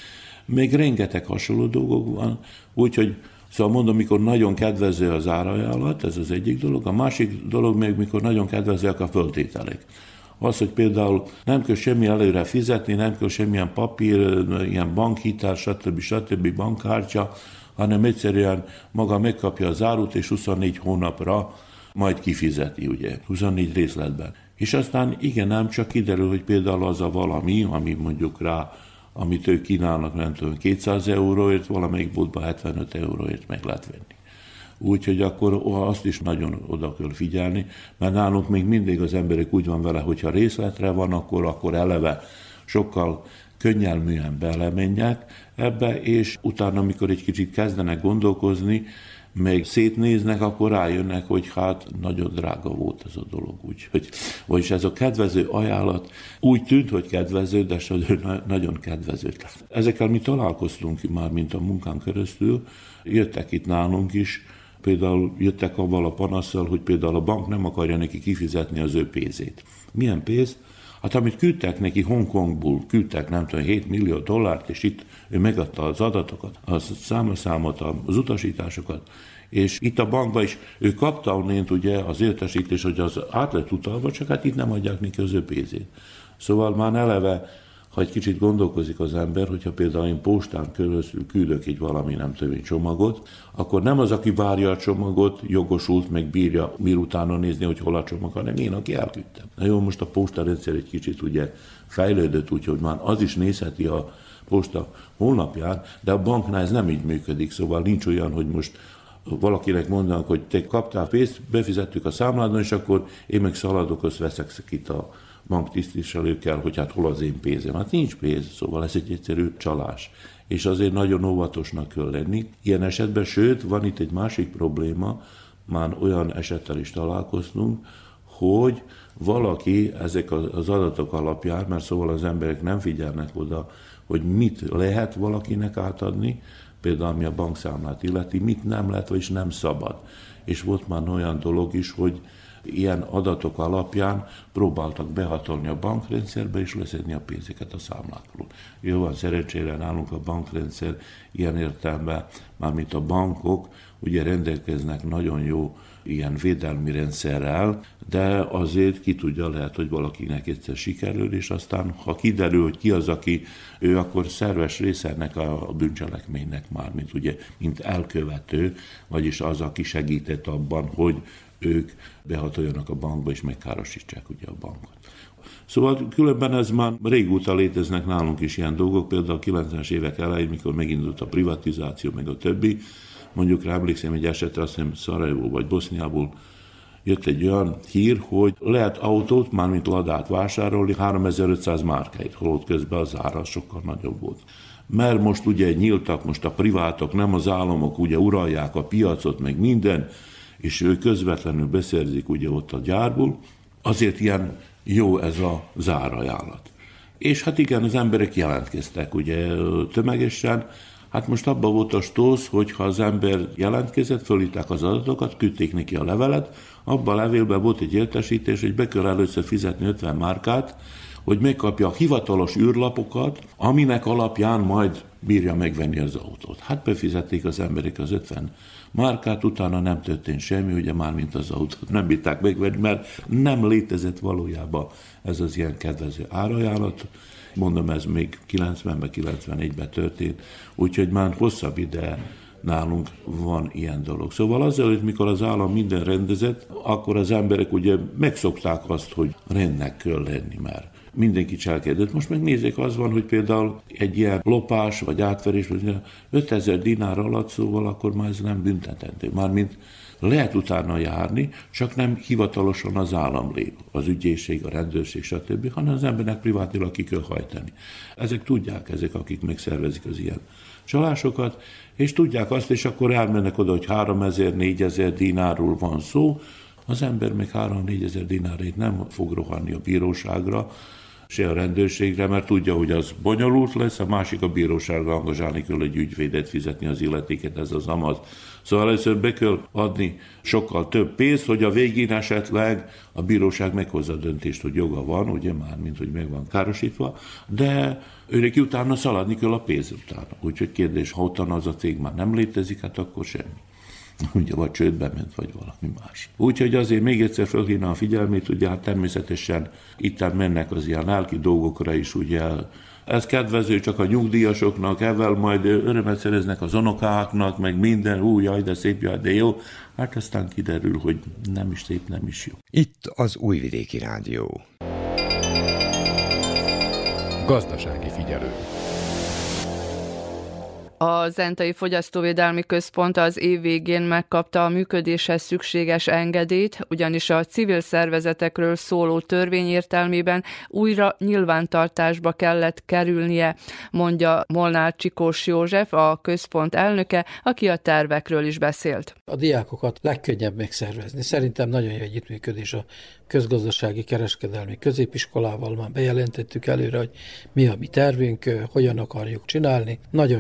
Még rengeteg hasonló dolgok van, úgyhogy szóval mondom, mikor nagyon kedvező az árajánlat, ez az egyik dolog, a másik dolog még, mikor nagyon kedvezőek a föltételek. Az, hogy például nem kell semmi előre fizetni, nem kell semmilyen papír, ilyen bankhitel, stb. stb. Bankkártya, hanem egyszerűen maga megkapja az árut, és huszonnégy hónapra majd kifizeti, ugye, huszonnégy részletben. És aztán igen, nem csak kiderül, hogy például az a valami, ami mondjuk rá, amit ők kínálnak, nem tudom, kétszáz euróért, valamelyik boltban hetvenöt euróért meg lehet venni. Úgyhogy akkor azt is nagyon oda kell figyelni, mert nálunk még mindig az emberek úgy van vele, hogyha részletre van, akkor, akkor eleve sokkal könnyelműen belemenjek ebbe, és utána, amikor egy kicsit kezdenek gondolkozni, meg szétnéznek, akkor rájönnek, hogy hát nagyon drága volt ez a dolog. Úgyhogy, vagyis ez a kedvező ajánlat úgy tűnt, hogy kedvező, de nagyon kedvezőtlen. Ezekkel mi találkoztunk már, mint a munkán keresztül, jöttek itt nálunk is Például jöttek avval a panasszal, hogy például a bank nem akarja neki kifizetni az ő pénzét. Milyen pénzt? Hát amit küldtek neki Hongkongból, küldtek nem tudom, hét millió dollárt, és itt ő megadta az adatokat, a számlaszámot, az utasításokat, és itt a bankban is ő kapta onnét ugye az értesítés, hogy az át lett utalva, csak hát itt nem adják neki az ő pénzét. Szóval már eleve, ha egy kicsit gondolkozik az ember, hogyha például én postán körülbelül küldök egy valami nem tudom, csomagot, akkor nem az, aki várja a csomagot, jogosult, meg bírja miutána nézni, hogy hol a csomag, hanem én, aki elküldtem. Na jó, most a postarendszer egy kicsit ugye fejlődött, úgyhogy már az is nézheti a posta honlapján, de a banknál ez nem így működik, szóval nincs olyan, hogy most valakinek mondanak, hogy te kaptál pénzt, befizettük a számládon, és akkor én meg szaladok, azt veszek itt a banktisztviselőkkel, hogy hát hol az én pénzem. Hát nincs pénz, szóval ez egy egyszerű csalás. És azért nagyon óvatosnak kell lenni. Ilyen esetben, sőt, van itt egy másik probléma, már olyan esettel is találkoztunk, hogy valaki ezek az adatok alapján, mert szóval az emberek nem figyelnek oda, hogy mit lehet valakinek átadni, például ami a bankszámlát illeti, mit nem lehet, vagyis nem szabad. És volt már olyan dolog is, hogy ilyen adatok alapján próbáltak behatolni a bankrendszerbe és leszedni a pénzeket a számlákról. Jó van, szerencsére nálunk a bankrendszer ilyen értelemben, mármint a bankok, ugye rendelkeznek nagyon jó ilyen védelmi rendszerrel, de azért ki tudja, lehet, hogy valakinek egyszer sikerül, és aztán, ha kiderül, hogy ki az, aki ő, akkor szerves része ennek a bűncselekménynek már, mint ugye, mint elkövető, vagyis az, aki segített abban, hogy ők behatoljanak a bankba, és megkárosítsák ugye a bankot. Szóval különben ez már régóta léteznek nálunk is ilyen dolgok, például a kilencvenes évek elején, mikor megindult a privatizáció, meg a többi, mondjuk rá emlékszem egy esetre, azt hiszem Szarajevó vagy Boszniából jött egy olyan hír, hogy lehet autót, mármint ladát vásárolni háromezer-ötszáz márkáit, holott közben az ára sokkal nagyobb volt. Mert most ugye nyíltak, most a privátok, nem az államok ugye uralják a piacot, meg minden, és ő közvetlenül beszerzik ugye ott a gyárból, azért ilyen jó ez a zárajánlat. És hát igen, az emberek jelentkeztek ugye tömegesen, hát most abban volt a stósz, hogy ha az ember jelentkezett, fölírták az adatokat, küldték neki a levelet, abban a levélben volt egy értesítés, hogy be kell először fizetni ötven márkát, hogy megkapja a hivatalos űrlapokat, aminek alapján majd bírja megvenni az autót. Hát befizették az emberek az ötven márkát, utána nem történt semmi, ugye már mint az autót nem bírták megvenni, mert nem létezett valójában ez az ilyen kedvező árajánlat. Mondom, ez még kilencvenben, kilencvenegyben történt, úgyhogy már hosszabb ide nálunk van ilyen dolog. Szóval azzal, hogy mikor az állam minden rendezett, akkor az emberek ugye megszokták azt, hogy rendnek kell lenni már. Mindenki cselkedett. Most megnézzék, az van, hogy például egy ilyen lopás vagy átverés, ötezer dinár alatt, szóval akkor már ez nem büntetendő. Mármint lehet utána járni, csak nem hivatalosan az állam lép, az ügyészség, a rendőrség, stb., hanem az embernek privátilag ki kell hajtani. Ezek tudják, ezek, akik megszervezik az ilyen csalásokat, és tudják azt, és akkor elmennek oda, hogy háromezer, négyezer dinárról van szó, az ember meg három-négyezer dinárét nem fog rohanni a bíróságra, se a rendőrségre, mert tudja, hogy az bonyolult lesz, a másik a bíróságra angazsálni kell egy ügyvédet, fizetni az illetéket, ez az amaz. Szóval először be kell adni sokkal több pénzt, hogy a végén esetleg a bíróság meghozza a döntést, hogy joga van, ugye már, mint hogy meg van károsítva, de őnek utána szaladni kell a pénz utána. Úgyhogy kérdés, ha utána az a cég már nem létezik, hát akkor semmi. Ugye, vagy csődbe ment, vagy valami más. Úgyhogy azért még egyszer felhívnám a figyelmét, ugye hát természetesen itt mennek az ilyen lelki dolgokra is, ugye ez kedvező csak a nyugdíjasoknak, ezzel majd örömet szereznek az unokáknak, meg minden, ú, jaj, de szép, jaj, de jó. Hát aztán kiderül, hogy nem is szép, nem is jó. Itt az Újvidéki Rádió. Gazdasági figyelő. A Zentai Fogyasztóvédelmi Központ az év végén megkapta a működéshez szükséges engedélyt, ugyanis a civil szervezetekről szóló törvény értelmében újra nyilvántartásba kellett kerülnie, mondja Molnár Csikós József, a központ elnöke, aki a tervekről is beszélt. A diákokat legkönnyebb megszervezni. Szerintem nagyon jó együttműködés a közgazdasági kereskedelmi középiskolával, már bejelentettük előre, hogy mi a mi tervünk, hogyan akarjuk csinálni. Nagyon jó az,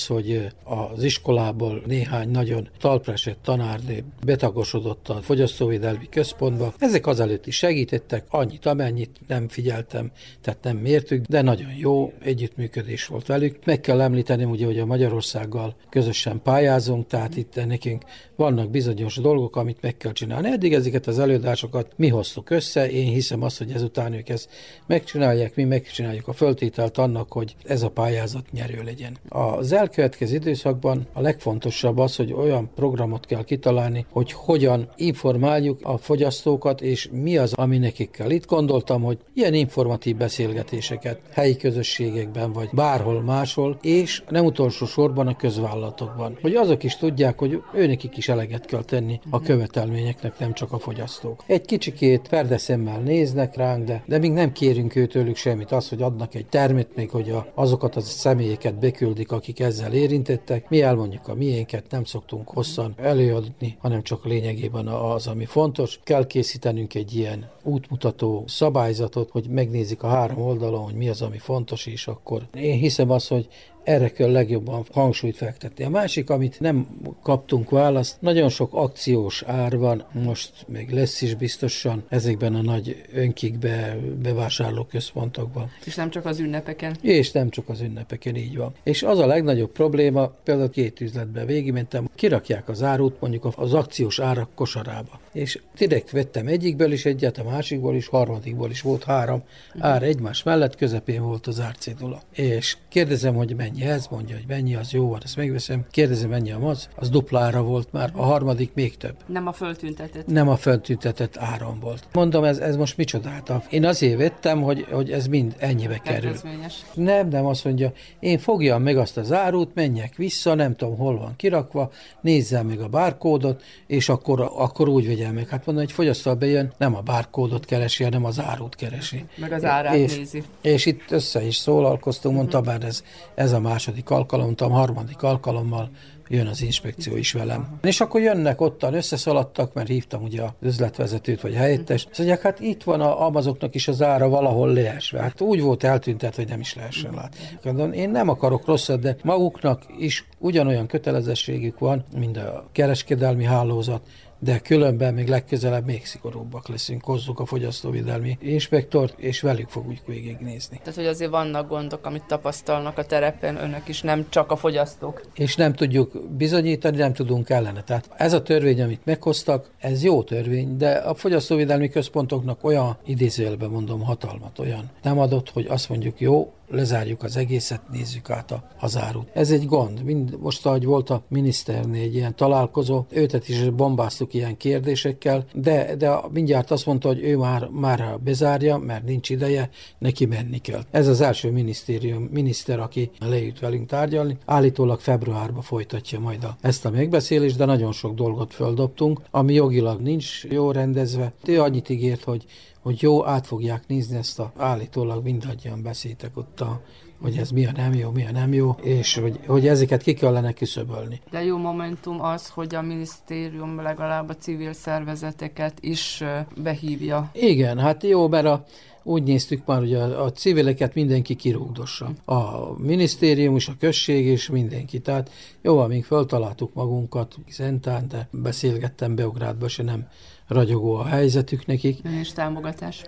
az, hogy az iskolából néhány nagyon talpresett tanárnő betagosodott a fogyasztóvédelmi központba. Ezek azelőtt is segítettek, annyit, amennyit nem figyeltem, tehát nem mértük, de nagyon jó együttműködés volt velük. Meg kell említeni, ugye, hogy a Magyarországgal közösen pályázunk, tehát itt nekünk vannak bizonyos dolgok, amit meg kell csinálni. Eddig ezeket az előadásokat mi hoztuk össze, én hiszem azt, hogy ezután ők ezt megcsinálják, mi megcsináljuk a föltételt annak, hogy ez a pályázat nyerő legyen. Az elkövetkező időszakban a legfontosabb az, hogy olyan programot kell kitalálni, hogy hogyan informáljuk a fogyasztókat, és mi az, ami nekik kell. Itt gondoltam, hogy ilyen informatív beszélgetéseket helyi közösségekben, vagy bárhol máshol, és nem utolsó sorban a közvállalatokban. Hogy azok is tudják, hogy őnekik is eleget kell tenni a követelményeknek, nem csak a fogyasztók. Egy kicsikét ferdeszemmel néznek ránk, de, de még nem kérünk őtőlük semmit. Az, hogy adnak egy termet, még hogy a, azokat a személyeket beküldik, akik ezzel érintettek. Mi elmondjuk a miénket, nem szoktunk hosszan előadni, hanem csak lényegében az, ami fontos. Kell készítenünk egy ilyen útmutató szabályzatot, hogy megnézik a három oldalon, hogy mi az, ami fontos, és akkor én hiszem azt, hogy erre kell legjobban hangsúlyt fektetni. A másik, amit nem kaptunk választ, nagyon sok akciós ár van, most még lesz is biztosan ezekben a nagy önkikbe bevásárló központokban. És nem csak az ünnepeken. És nem csak az ünnepeken, így van. És az a legnagyobb probléma, például két üzletben végigmentem, kirakják az árut mondjuk az akciós árak kosarába. És direkt vettem egyikből is egyet, a másikból is, harmadikból is volt három ár egymás mellett, közepén volt az árcédula. És kérdezem, hogy mennyi ez, mondja, hogy mennyi, az jó van, ezt megveszem. Kérdezem, mennyi a az, az duplára volt már, a harmadik még több. Nem a föltüntetett. Nem a föltüntetett áron volt. Mondom, ez, ez most micsodáta. Én azért vettem, hogy, hogy ez mind ennyibe kerül. Nem, nem, azt mondja, én fogjam meg azt az árut, menjek vissza, nem tudom, hol van kirakva, nézzem meg a bárkódot, és akkor, akkor úgy vegyem meg. Hát mondom, hogy fogyasztó bejön, nem a bárkódot keresi, hanem az árut keresi. Meg az árát és, nézi. És itt össze is szólalkoztunk, mondtam, mert ez, ez a második alkalom, mondtam, harmadik alkalommal jön az inspekció is velem. És akkor jönnek ottan, összeszaladtak, mert hívtam ugye az üzletvezetőt vagy helyettest. Azt mondják, hát itt van a Amazoknak is az ára valahol leesve. Hát úgy volt eltüntet, hogy nem is lehessen látni. Én nem akarok rosszat, de maguknak is ugyanolyan kötelezettségük van, mint a kereskedelmi hálózat, de különben még legközelebb még szigorúbbak leszünk, hozzuk a fogyasztóvédelmi inspektort, és velük fogjuk végignézni. Tehát, hogy azért vannak gondok, amit tapasztalnak a terepen, önök is, nem csak a fogyasztók. És nem tudjuk bizonyítani, nem tudunk ellene. Tehát ez a törvény, amit meghoztak, ez jó törvény, de a fogyasztóvédelmi központoknak olyan, idézőjelben mondom, hatalmat olyan nem adott, hogy azt mondjuk, jó, lezárjuk az egészet, nézzük át a, az árut. Ez egy gond. Mind, most, ahogy volt a miniszternél egy ilyen találkozó, őtet is bombáztuk ilyen kérdésekkel, de, de mindjárt azt mondta, hogy ő már, már bezárja, mert nincs ideje, neki menni kell. Ez az első minisztérium, miniszter, aki leült velünk tárgyalni, állítólag februárban folytatja majd a, ezt a megbeszélést, de nagyon sok dolgot földobtunk, ami jogilag nincs jó rendezve. Ő annyit ígért, hogy hogy jó, át fogják nézni ezt a állítólag mindannyian beszéltek ott, a, hogy ez mi a nem jó, mi a nem jó, és hogy, hogy ezeket ki kellene küszöbölni. De jó momentum az, hogy a minisztérium legalább a civil szervezeteket is behívja. Igen, hát jó, mert a úgy néztük már, hogy a, a civileket mindenki kirúgdossa. A minisztérium is, a község is, mindenki. Tehát jó, amíg föltaláltuk magunkat Szentán, de beszélgettem Beográdba, se nem ragyogó a helyzetük nekik. És támogatás?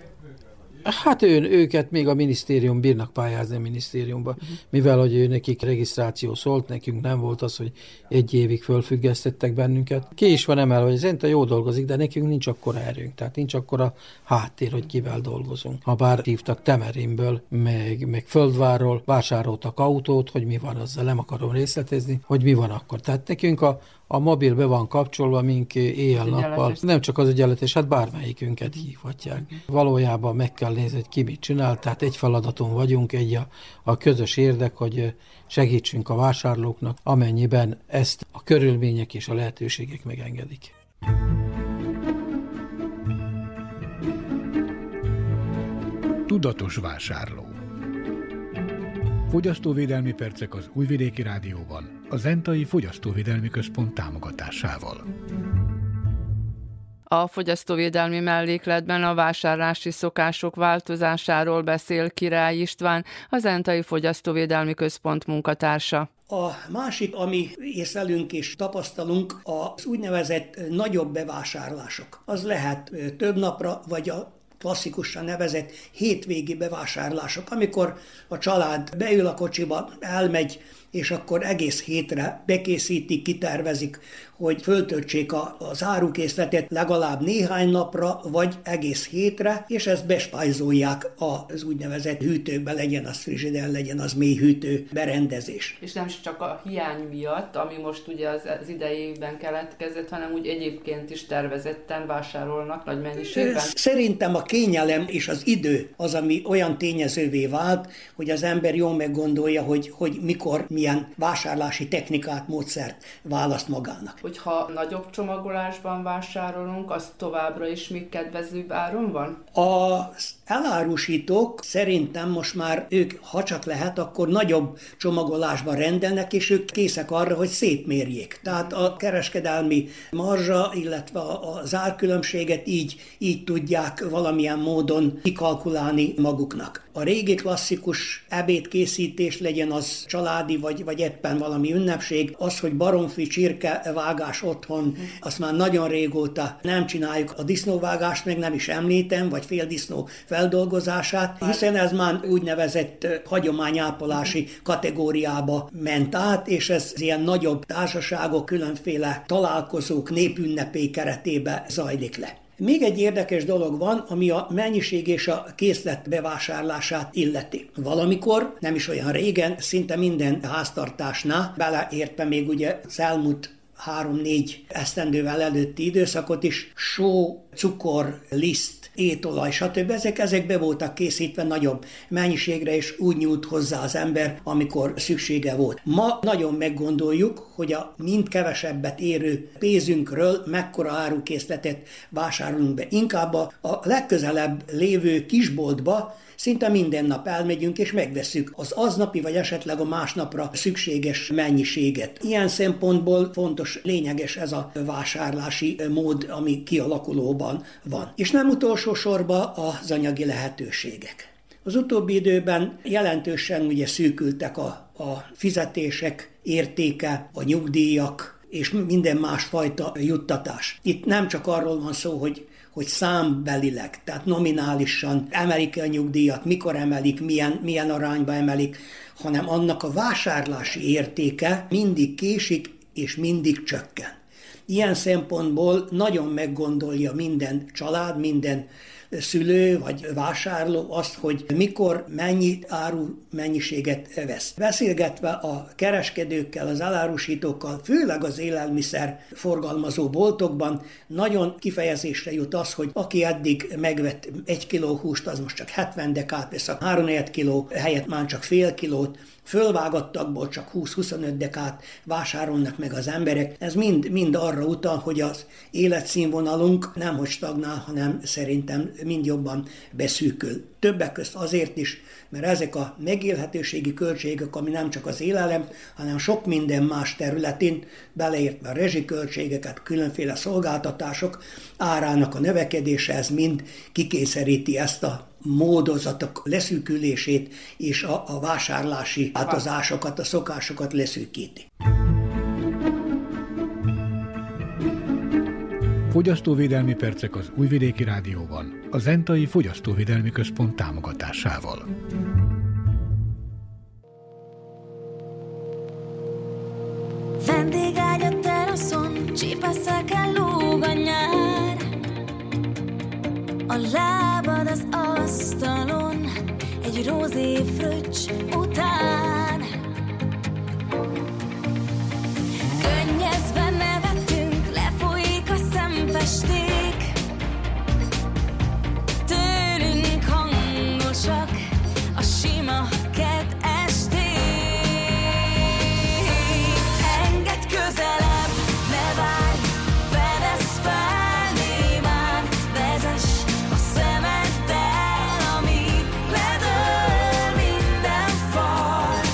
Hát ő, őket még a minisztérium bírnak pályázni a minisztériumba, uh-huh. mivel hogy ő nekik regisztráció szólt, nekünk nem volt az, hogy egy évig fölfüggesztettek bennünket. Ki is van emelve, hogy Zenta jó dolgozik, de nekünk nincs akkora erőnk, tehát nincs akkora háttér, hogy kivel dolgozunk. Ha bár hívtak Temerimből, meg, meg Földvárról, vásároltak autót, hogy mi van azzal, nem akarom részletezni, hogy mi van akkor. Tehát nekünk a A mobil be van kapcsolva, mink éjjel-nappal. Nem csak az ügyeletes, hát bármelyikünket hívhatják. Valójában meg kell nézni, hogy ki mit csinál, tehát egy feladaton vagyunk, egy a, a közös érdek, hogy segítsünk a vásárlóknak, amennyiben ezt a körülmények és a lehetőségek megengedik. Tudatos vásárló. Fogyasztóvédelmi percek az Újvidéki Rádióban, a Zentai Fogyasztóvédelmi Központ támogatásával. A fogyasztóvédelmi mellékletben a vásárlási szokások változásáról beszél Király István, a Zentai Fogyasztóvédelmi Központ munkatársa. A másik, ami észlelünk és tapasztalunk, az úgynevezett nagyobb bevásárlások. Az lehet több napra, vagy a klasszikusan nevezett hétvégi bevásárlások, amikor a család beül a kocsiba, elmegy, és akkor egész hétre bekészítik, kitervezik, hogy föltöltsék a, az árukészletet legalább néhány napra, vagy egész hétre, és ezt bespájzolják az úgynevezett hűtőkbe, legyen az frigider, legyen az mély hűtő berendezés. És nem csak a hiány miatt, ami most ugye az, az idejében keletkezett, hanem úgy egyébként is tervezetten vásárolnak nagy mennyiségben? Szerintem a kényelem és az idő az, ami olyan tényezővé vált, hogy az ember jól meggondolja, hogy, hogy mikor, milyen vásárlási technikát, módszert választ magának. Hogyha nagyobb csomagolásban vásárolunk, az továbbra is még kedvezőbb áron van? Az elárusítók szerintem most már ők, ha csak lehet, akkor nagyobb csomagolásban rendelnek, és ők készek arra, hogy szétmérjék. Tehát a kereskedelmi marzsa, illetve az árkülönbséget így, így tudják valamilyen módon kikalkulálni maguknak. A régi klasszikus ebédkészítés, legyen az családi, vagy, vagy éppen valami ünnepség, az, hogy baromfi csirke vágás otthon, azt már nagyon régóta nem csináljuk. A disznóvágást meg nem is említem, vagy féldisznó feldolgozását, hiszen ez már úgynevezett hagyományápolási kategóriába ment át, és ez ilyen nagyobb társaságok, különféle találkozók, népünnepé keretében zajlik le. Még egy érdekes dolog van, ami a mennyiség és a készlet bevásárlását illeti. Valamikor, nem is olyan régen, szinte minden háztartásnál, beleértve még ugye az elmúlt három-négy esztendővel előtti időszakot is, só, cukor, liszt, étolaj, stb. Ezek, ezek be voltak készítve nagyobb mennyiségre, és úgy nyújt hozzá az ember, amikor szüksége volt. Ma nagyon meggondoljuk, hogy a mind kevesebbet érő pénzünkről mekkora árukészletet vásárolunk be. Inkább a, a legközelebb lévő kisboltba szinte minden nap elmegyünk és megveszünk az aznapi vagy esetleg a másnapra szükséges mennyiséget. Ilyen szempontból fontos, lényeges ez a vásárlási mód, ami kialakulóban van. És nem utolsó sorban az anyagi lehetőségek. Az utóbbi időben jelentősen ugye szűkültek a, a fizetések értéke, a nyugdíjak és minden másfajta juttatás. Itt nem csak arról van szó, hogy hogy számbelileg, tehát nominálisan emelik a nyugdíjat, mikor emelik, milyen, milyen arányba emelik, hanem annak a vásárlási értéke mindig késik és mindig csökken. Ilyen szempontból nagyon meggondolja minden család, minden szülő vagy vásárló azt, hogy mikor mennyi áru mennyiséget vesz. Beszélgetve a kereskedőkkel, az elárusítókkal, főleg az élelmiszer forgalmazó boltokban nagyon kifejezésre jut az, hogy aki eddig megvett egy kiló húst, az most csak hetven dekát vesz, a három kiló helyett már csak fél kilót, fölvágattakból csak húsz-huszonöt dekát vásárolnak meg az emberek. Ez mind, mind arra utal, hogy az életszínvonalunk nemhogy stagnál, hanem szerintem mind jobban beszűkül. Többek közt azért is, mert ezek a megélhetőségi költségek, ami nem csak az élelem, hanem sok minden más területén, beleértve a rezsiköltségeket, különféle szolgáltatások árának a növekedése, ez mind kikényszeríti ezt a módozatok leszűkülését és a, a vásárlási változásokat, a szokásokat leszűkíti. Fogyasztóvédelmi percek az Újvidéki Rádióban, a Zentai Fogyasztóvédelmi Központ támogatásával. Vendégágy a teraszon, csípaszeken lóg a nyár. A lábad az asztalon, egy rózé fröccs után. Könnyezve nevetünk, lefolyik a szemfesték. Tőlünk hangosak a sima kedd esték. Engedj közelebb, ne várj, fedezz fel némán, vezess a szemeddel, ami ledől minden fal.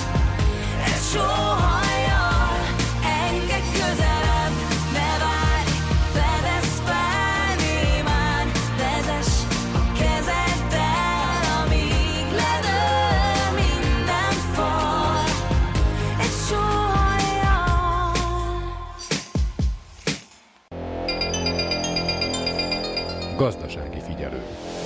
Gazdasági figyelő.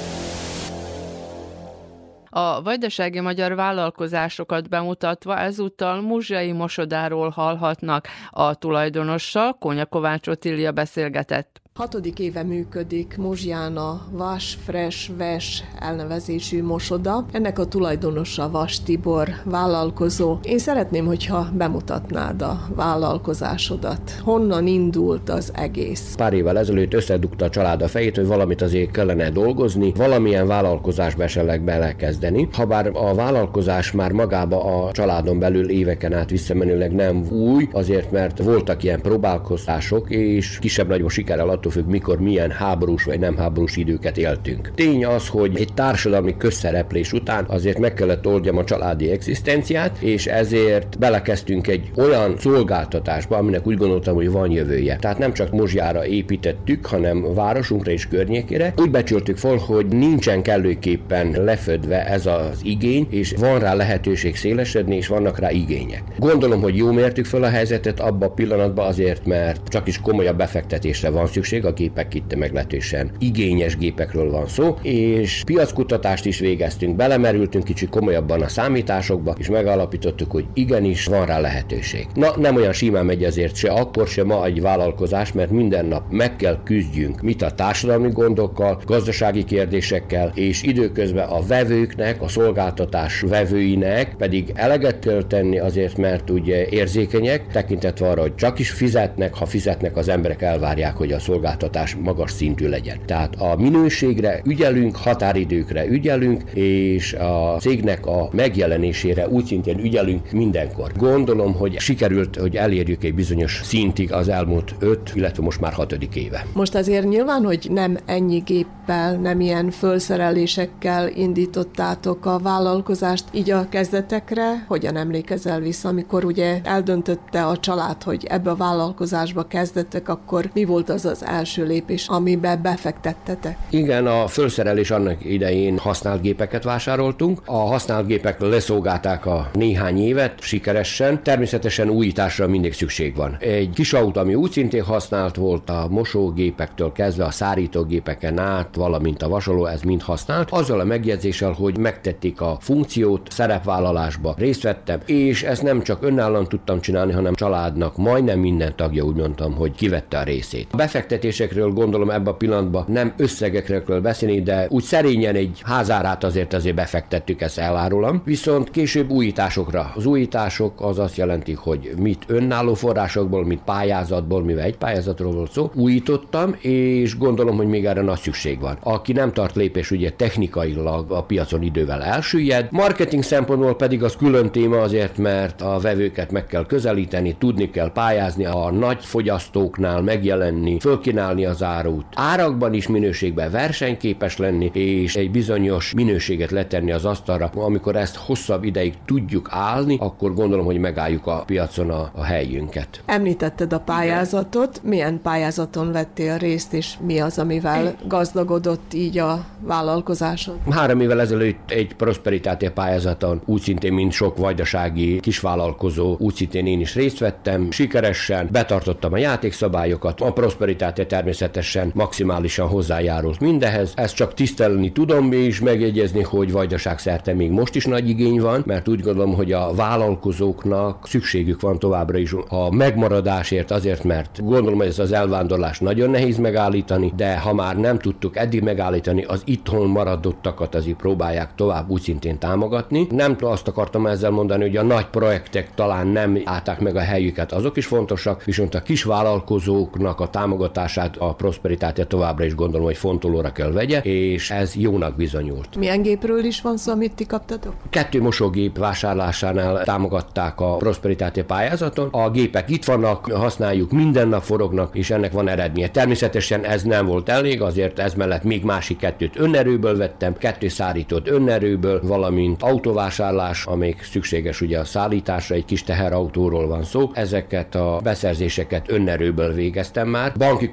A vajdasági magyar vállalkozásokat bemutatva ezúttal Muzsiai Mosodáról hallhatnak. A tulajdonossal, Kónya Kovács Otília beszélgetett. Hatodik éve működik Muzsiján a Vas Fresh Ves elnevezésű mosoda. Ennek a tulajdonosa Vas Tibor, vállalkozó. Én szeretném, hogyha bemutatnád a vállalkozásodat. Honnan indult az egész? Pár évvel ezelőtt összedugta a család a fejét, hogy valamit azért kellene dolgozni, valamilyen vállalkozásba esetleg belekezdeni. Habár a vállalkozás már magába a családon belül éveken át visszamenőleg nem új, azért mert voltak ilyen próbálkozások, és kisebb-nagyobb sikerrel attól függ, mikor milyen háborús vagy nem háborús időket éltünk. Tény az, hogy egy társadalmi közszereplés után azért meg kellett oldjam a családi egzisztenciát, és ezért belekezdtünk egy olyan szolgáltatásba, aminek úgy gondoltam, hogy van jövője. Tehát nem csak Muzsijára építettük, hanem városunkra és környékére. Úgy becsültük fel, hogy nincsen kellőképpen lefödve ez az igény, és van rá lehetőség szélesedni, és vannak rá igények. Gondolom, hogy jó mértük fel a helyzetet abba a pillanatban azért, mert csak is komolyabb befektetésre van szükség. A gépek itt meglehetősen igényes gépekről van szó, és piackutatást is végeztünk, belemerültünk kicsit komolyabban a számításokba, és megállapítottuk, hogy igenis van rá lehetőség. Na, nem olyan simán megy azért se akkor, se ma egy vállalkozás, mert minden nap meg kell küzdjünk, mit a társadalmi gondokkal, gazdasági kérdésekkel, és időközben a vevőknek, a szolgáltatás vevőinek pedig eleget kell tenni azért, mert ugye érzékenyek, tekintetve arra, hogy csak is fizetnek, ha fizetnek, az emberek elvárják, hogy a szolgáltatás magas szintű legyen. Tehát a minőségre ügyelünk, határidőkre ügyelünk, és a cégnek a megjelenésére úgy szintén ügyelünk mindenkor. Gondolom, hogy sikerült, hogy elérjük egy bizonyos szintig az elmúlt öt, illetve most már hatodik éve. Most azért nyilván, hogy nem ennyi géppel, nem ilyen fölszerelésekkel indítottátok a vállalkozást, így a kezdetekre hogyan emlékezel vissza, amikor ugye eldöntötte a család, hogy ebbe a vállalkozásba kezdetek, akkor mi volt az az első lépés, amiben befektettetek? Igen, a fölszerelés annak idején használt gépeket vásároltunk. A használt gépek leszolgálták a néhány évet sikeresen. Természetesen újításra mindig szükség van. Egy kis autó, ami úgy szintén használt volt, a mosógépektől kezdve a szárítógépeken át, valamint a vasaló, ez mind használt. Azzal a megjegyzéssel, hogy megtették a funkciót, szerepvállalásba részt vettem, és ezt nem csak önállóan tudtam csinálni, hanem családnak majdnem minden tagja, úgy mondtam, hogy kivette a részét. A befektetésekről gondolom ebben a pillanatban nem összegekről kell beszélni, de úgy szerényen egy házárát azért azért befektettük, ezt elárulom. Viszont később újításokra. Az újítások az azt jelenti, hogy mit önálló forrásokból, mit pályázatból, mivel egy pályázatról volt szó, újítottam, és gondolom, hogy még erre nagy szükség van. Aki nem tart lépés, ugye technikailag a piacon idővel elsüllyed. Marketing szempontból pedig az külön téma azért, mert a vevőket meg kell közelíteni, tudni kell pályázni, a nagy fogyasztóknál megjelenni, fölkínálni az árut, árakban is, minőségben versenyképes lenni, és egy bizonyos minőséget letenni az asztalra. Amikor ezt hosszabb ideig tudjuk állni, akkor gondolom, hogy megálljuk a piacon a, a helyünket. Említetted a pályázatot, milyen pályázaton vettél részt, és mi az, amivel gazdagodott így a vállalkozásod? Három évvel ezelőtt egy Prosperitáte pályázaton, úgy szintén, mint sok vajdasági kisvállalkozó, úgy szintén én is részt vettem, sikeresen betartottam a játékszabályokat, a Prosperitáte természetesen maximálisan hozzájárult mindehez. Ezt csak tisztelni tudom, és megjegyezni, hogy Vajdaság szerte még most is nagy igény van, mert úgy gondolom, hogy a vállalkozóknak szükségük van továbbra is a megmaradásért, azért, mert gondolom, hogy ez az elvándorlás nagyon nehéz megállítani, de ha már nem tudtuk eddig megállítani, az itthon maradottakat azért próbálják tovább úgy szintén támogatni. Nem azt akartam ezzel mondani, hogy a nagy projektek talán nem állták meg a helyüket, azok is fontosak, viszont a kis vállalkozóknak a támogatását a Prosperitáte továbbra is gondolom, hogy fontolóra kell vegye, és ez jónak bizonyult. Milyen gépről is van szó, amit ti kaptatok? Kettő mosógép vásárlásánál támogatták a Prosperitáte pályázaton. A gépek itt vannak, használjuk, minden nap forognak, és ennek van eredménye. Természetesen ez nem volt elég, azért ez mellett még másik kettőt önerőből vettem, kettő szárítót önerőből, valamint autóvásárlás, amelyik szükséges ugye a szállításra, egy kis teherautóról van szó. Ezeket a beszerzéseket önerőből végeztem már. Banki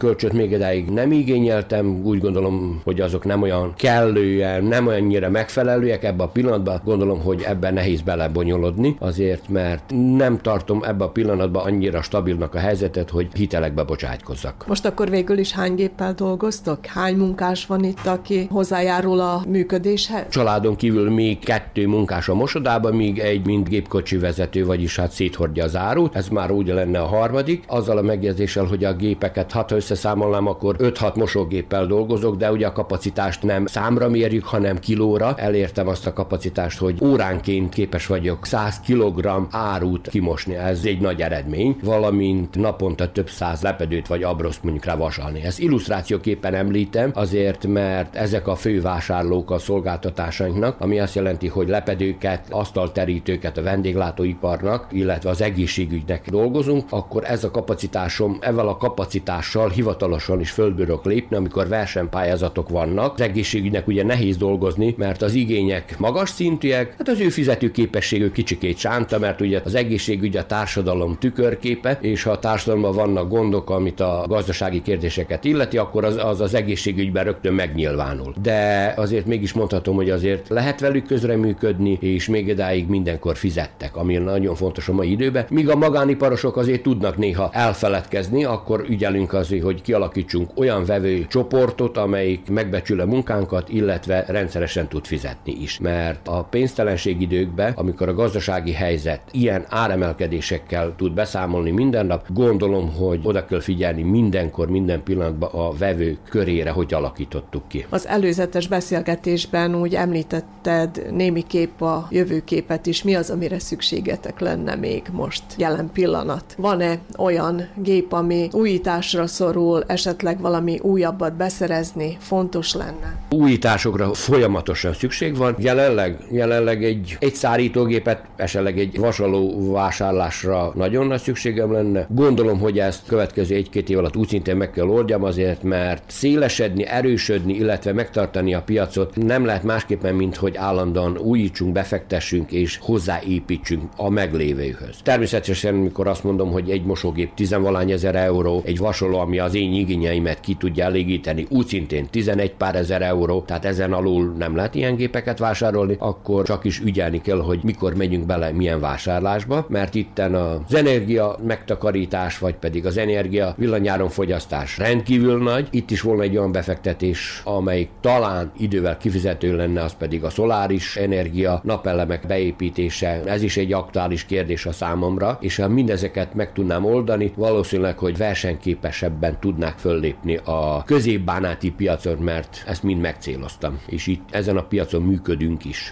kölcsöt még idáig nem igényeltem, úgy gondolom, hogy azok nem olyan kellően, nem olyannyira megfelelőek ebben a pillanatban, gondolom, hogy ebben nehéz belebonyolodni, azért, mert nem tartom ebben a pillanatban annyira stabilnak a helyzetet, hogy hitelekbe bocsátkozzak. Most akkor végül is hány géppel dolgoztok? Hány munkás van itt, aki hozzájárul a működéshez? Családon kívül még kettő munkás a mosodában, míg egy mind gépkocsi vezető, vagyis hát széthordja az árut. Ez már úgy lenne a harmadik. Azzal a megjegyzéssel, hogy a gépeket, hát ha összeszámolnám, akkor öt-hat mosógéppel dolgozok, de ugye a kapacitást nem számra mérjük, hanem kilóra. Elértem azt a kapacitást, hogy óránként képes vagyok száz kilogramm árut kimosni. Ez egy nagy eredmény, valamint naponta több száz lepedőt vagy abroszt mondjuk rá vasalni. Ezt illusztrációképpen említem, azért, mert ezek a fő vásárlók a szolgáltatásainknak, ami azt jelenti, hogy lepedőket, asztalterítőket a vendéglátóiparnak, illetve az egészségügynek dolgozunk, akkor ez a kapacitásom, ezzel a kapacitással hivatalosan is fölbírok lépni, amikor versenypályázatok vannak. Az egészségügynek ugye nehéz dolgozni, mert az igények magas szintűek, hát az ő fizetőképességük kicsikét sánta, mert ugye az egészségügy a társadalom tükörképe, és ha a társadalomban vannak gondok, amit a gazdasági kérdéseket illeti, akkor az az, az egészségügyben rögtön megnyilvánul. De azért mégis mondhatom, hogy azért lehet velük közreműködni, és még idáig mindenkor fizettek, ami nagyon fontos a mai időben. Míg a magániparosok azért tudnak néha elfeledkezni, akkor ügyelünk azért, hogy kialakítsunk olyan vevő csoportot, amelyik megbecsül a munkánkat, illetve rendszeresen tud fizetni is. Mert a pénztelenség időkben, amikor a gazdasági helyzet ilyen áremelkedésekkel tud beszámolni minden nap, gondolom, hogy oda kell figyelni mindenkor, minden pillanatban a vevő körére, hogy alakítottuk ki. Az előzetes beszélgetésben úgy említetted némiképp a jövőképet is. Mi az, amire szükségetek lenne még most, jelen pillanat? Van-e olyan gép, ami újításra szorul, esetleg valami újabbat beszerezni fontos lenne? Újításokra folyamatosan szükség van. Jelenleg, jelenleg egy, egy szárítógépet, esetleg egy vasaló vásárlásra nagyon nagy szükségem lenne. Gondolom, hogy ezt következő egy-két év alatt úgy szintén meg kell oldjam azért, mert szélesedni, erősödni, illetve megtartani a piacot nem lehet másképpen, mint hogy állandóan újítsunk, befektessünk és hozzáépítsünk a meglévőhöz. Természetesen, mikor azt mondom, hogy egy mosógép tizenvalány ezer euró, egy vasaló, ami az én igényeimet ki tudja elégíteni, úgy szintén tizenegy pár ezer euró, tehát ezen alul nem lehet ilyen gépeket vásárolni, akkor csak is ügyelni kell, hogy mikor megyünk bele milyen vásárlásba, mert itten az energia megtakarítás, vagy pedig az energia villanyáron fogyasztás rendkívül nagy. Itt is volna egy olyan befektetés, amely talán idővel kifizető lenne, az pedig a szoláris energia, napelemek beépítése. Ez is egy aktuális kérdés a számomra, és ha mindezeket meg tudnám oldani, valószínűleg, hogy versenyképesebben tudnák föllépni a középbánáti piacon, mert ezt mind megcéloztam, és itt ezen a piacon működünk is.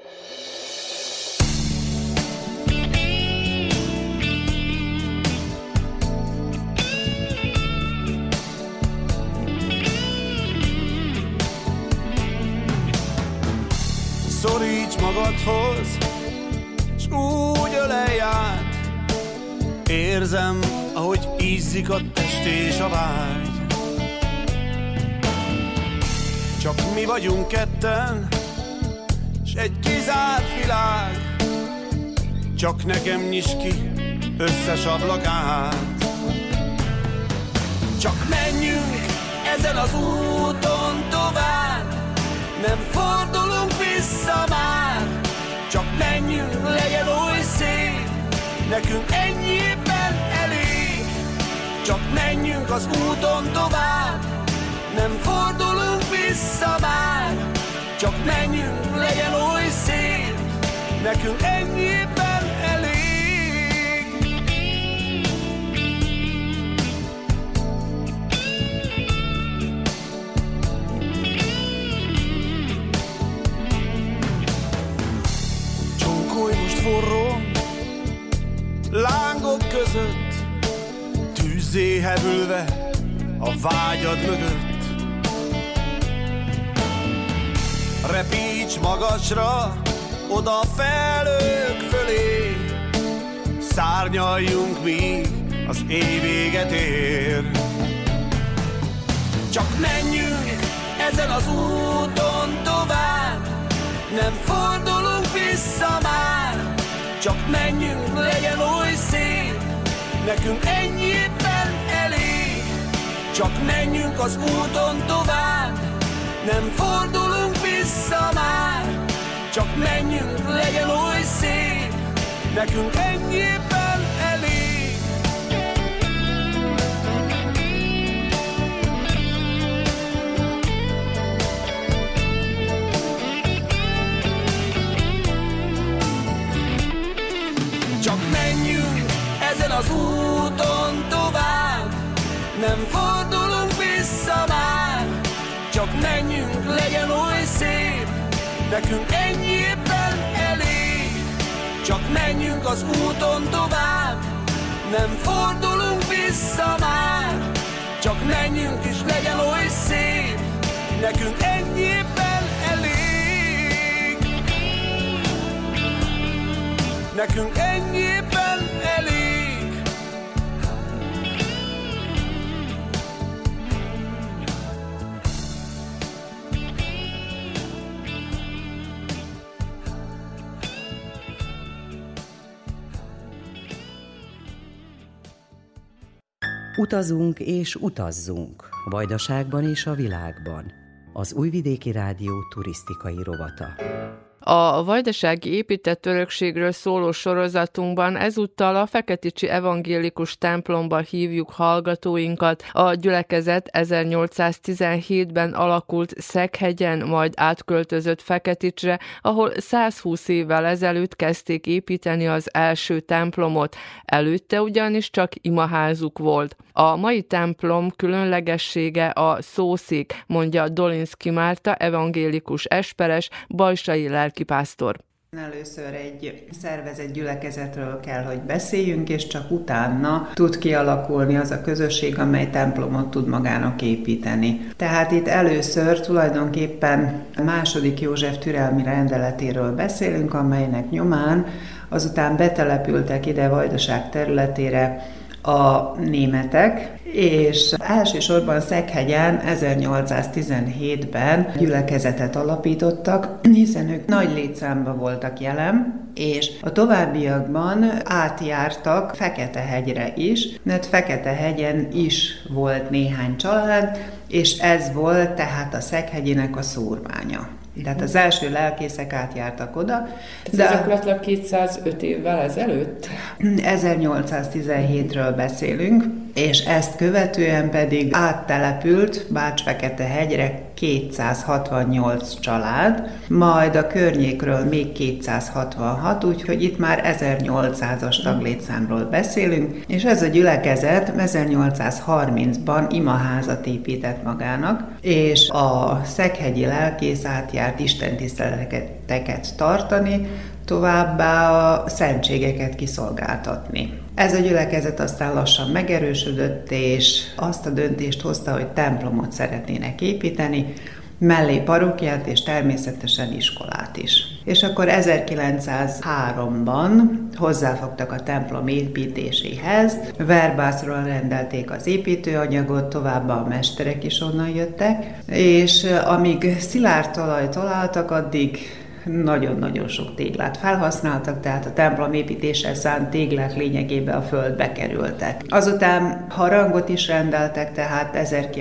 Szoríts magadhoz, s úgy ölelj át. Érzem, ahogy ízzik a test és a vágy. Csak mi vagyunk ketten, s egy kizárt világ. Csak nekem nyisd ki összes ablakát. Csak menjünk ezen az úton tovább, nem fordulunk vissza már. Csak menjünk, legyen oly szép, nekünk ennyiben elég. Csak menjünk az úton tovább, nem fordulunk vissza már. Csak menjünk, legyen oly szép, nekünk ennyiben elég. Csókolj most forró lángok között, tűzzé hevülve a vágyad mögött. Repíts magasra, oda felők fölé, szárnyaljunk míg az éj véget ér. Csak menjünk ezen az úton tovább, nem fordulunk vissza már. Csak menjünk, legyen oly szép, nekünk ennyiben elég. csak menjünk az úton tovább, nem fordulunk vissza már, csak menjünk, legyen oly szép, nekünk ennyiben elég. Csak menjünk ezen az úton tovább, nem fordulunk vissza már, csak menjünk, legyen oly szép, nekünk ennyiben elég. Csak menjünk az úton tovább, nem fordulunk vissza már, csak menjünk és legyen oly szép, nekünk ennyiben elég. Nekünk ennyiben elég. Utazunk és utazzunk, Vajdaságban és a világban. Az Újvidéki Rádió turisztikai rovata. A vajdasági épített örökségről szóló sorozatunkban ezúttal a Feketicsi Evangélikus templomba hívjuk hallgatóinkat. A gyülekezet ezernyolcszáztizenhétben alakult Szekhegyen, majd átköltözött Feketicsre, ahol százhúsz évvel ezelőtt kezdték építeni az első templomot. Előtte ugyanis csak imaházuk volt. A mai templom különlegessége a szószék, mondja Dolinszky Márta, evangélikus esperes, bajsai lelkipásztor. Először egy szervezett gyülekezetről kell, hogy beszéljünk, és csak utána tud kialakulni az a közösség, amely templomot tud magának építeni. Tehát itt először tulajdonképpen második József türelmi rendeletéről beszélünk, amelynek nyomán azután betelepültek ide Vajdaság területére a németek, és elsősorban Szekhegyen ezernyolcszáztizenhétben gyülekezetet alapítottak, hiszen ők nagy létszámban voltak jelen, és a továbbiakban átjártak Feketehegyre is, mert Feketehegyen is volt néhány család, és ez volt tehát a Szekhegyinek a szórványa. Tehát az első lelkészek átjártak oda. De ez gyakorlatilag kétszázöt évvel ezelőtt? ezernyolcszáztizenhétről beszélünk, és ezt követően pedig áttelepült Bács-Feketehegyre kétszázhatvannyolc család, majd a környékről még kétszázhatvanhat, úgyhogy itt már ezernyolcszázas taglétszámról beszélünk, és ez a gyülekezet ezernyolcszázharmincban imaházat épített magának, és a szekhegyi lelkész átjárt istentiszteleteket tartani, továbbá a szentségeket kiszolgáltatni. Ez a gyülekezet aztán lassan megerősödött, és azt a döntést hozta, hogy templomot szeretnének építeni, mellé parókiát és természetesen iskolát is. És akkor ezerkilencszázháromban hozzáfogtak a templom építéséhez, Verbászról rendelték az építőanyagot, továbbá a mesterek is onnan jöttek, és amíg szilárd talajt találtak, addig nagyon-nagyon sok téglát felhasználtak, tehát a templom építéssel szánt téglák lényegében a földbe kerültek. Azután harangot is rendeltek, tehát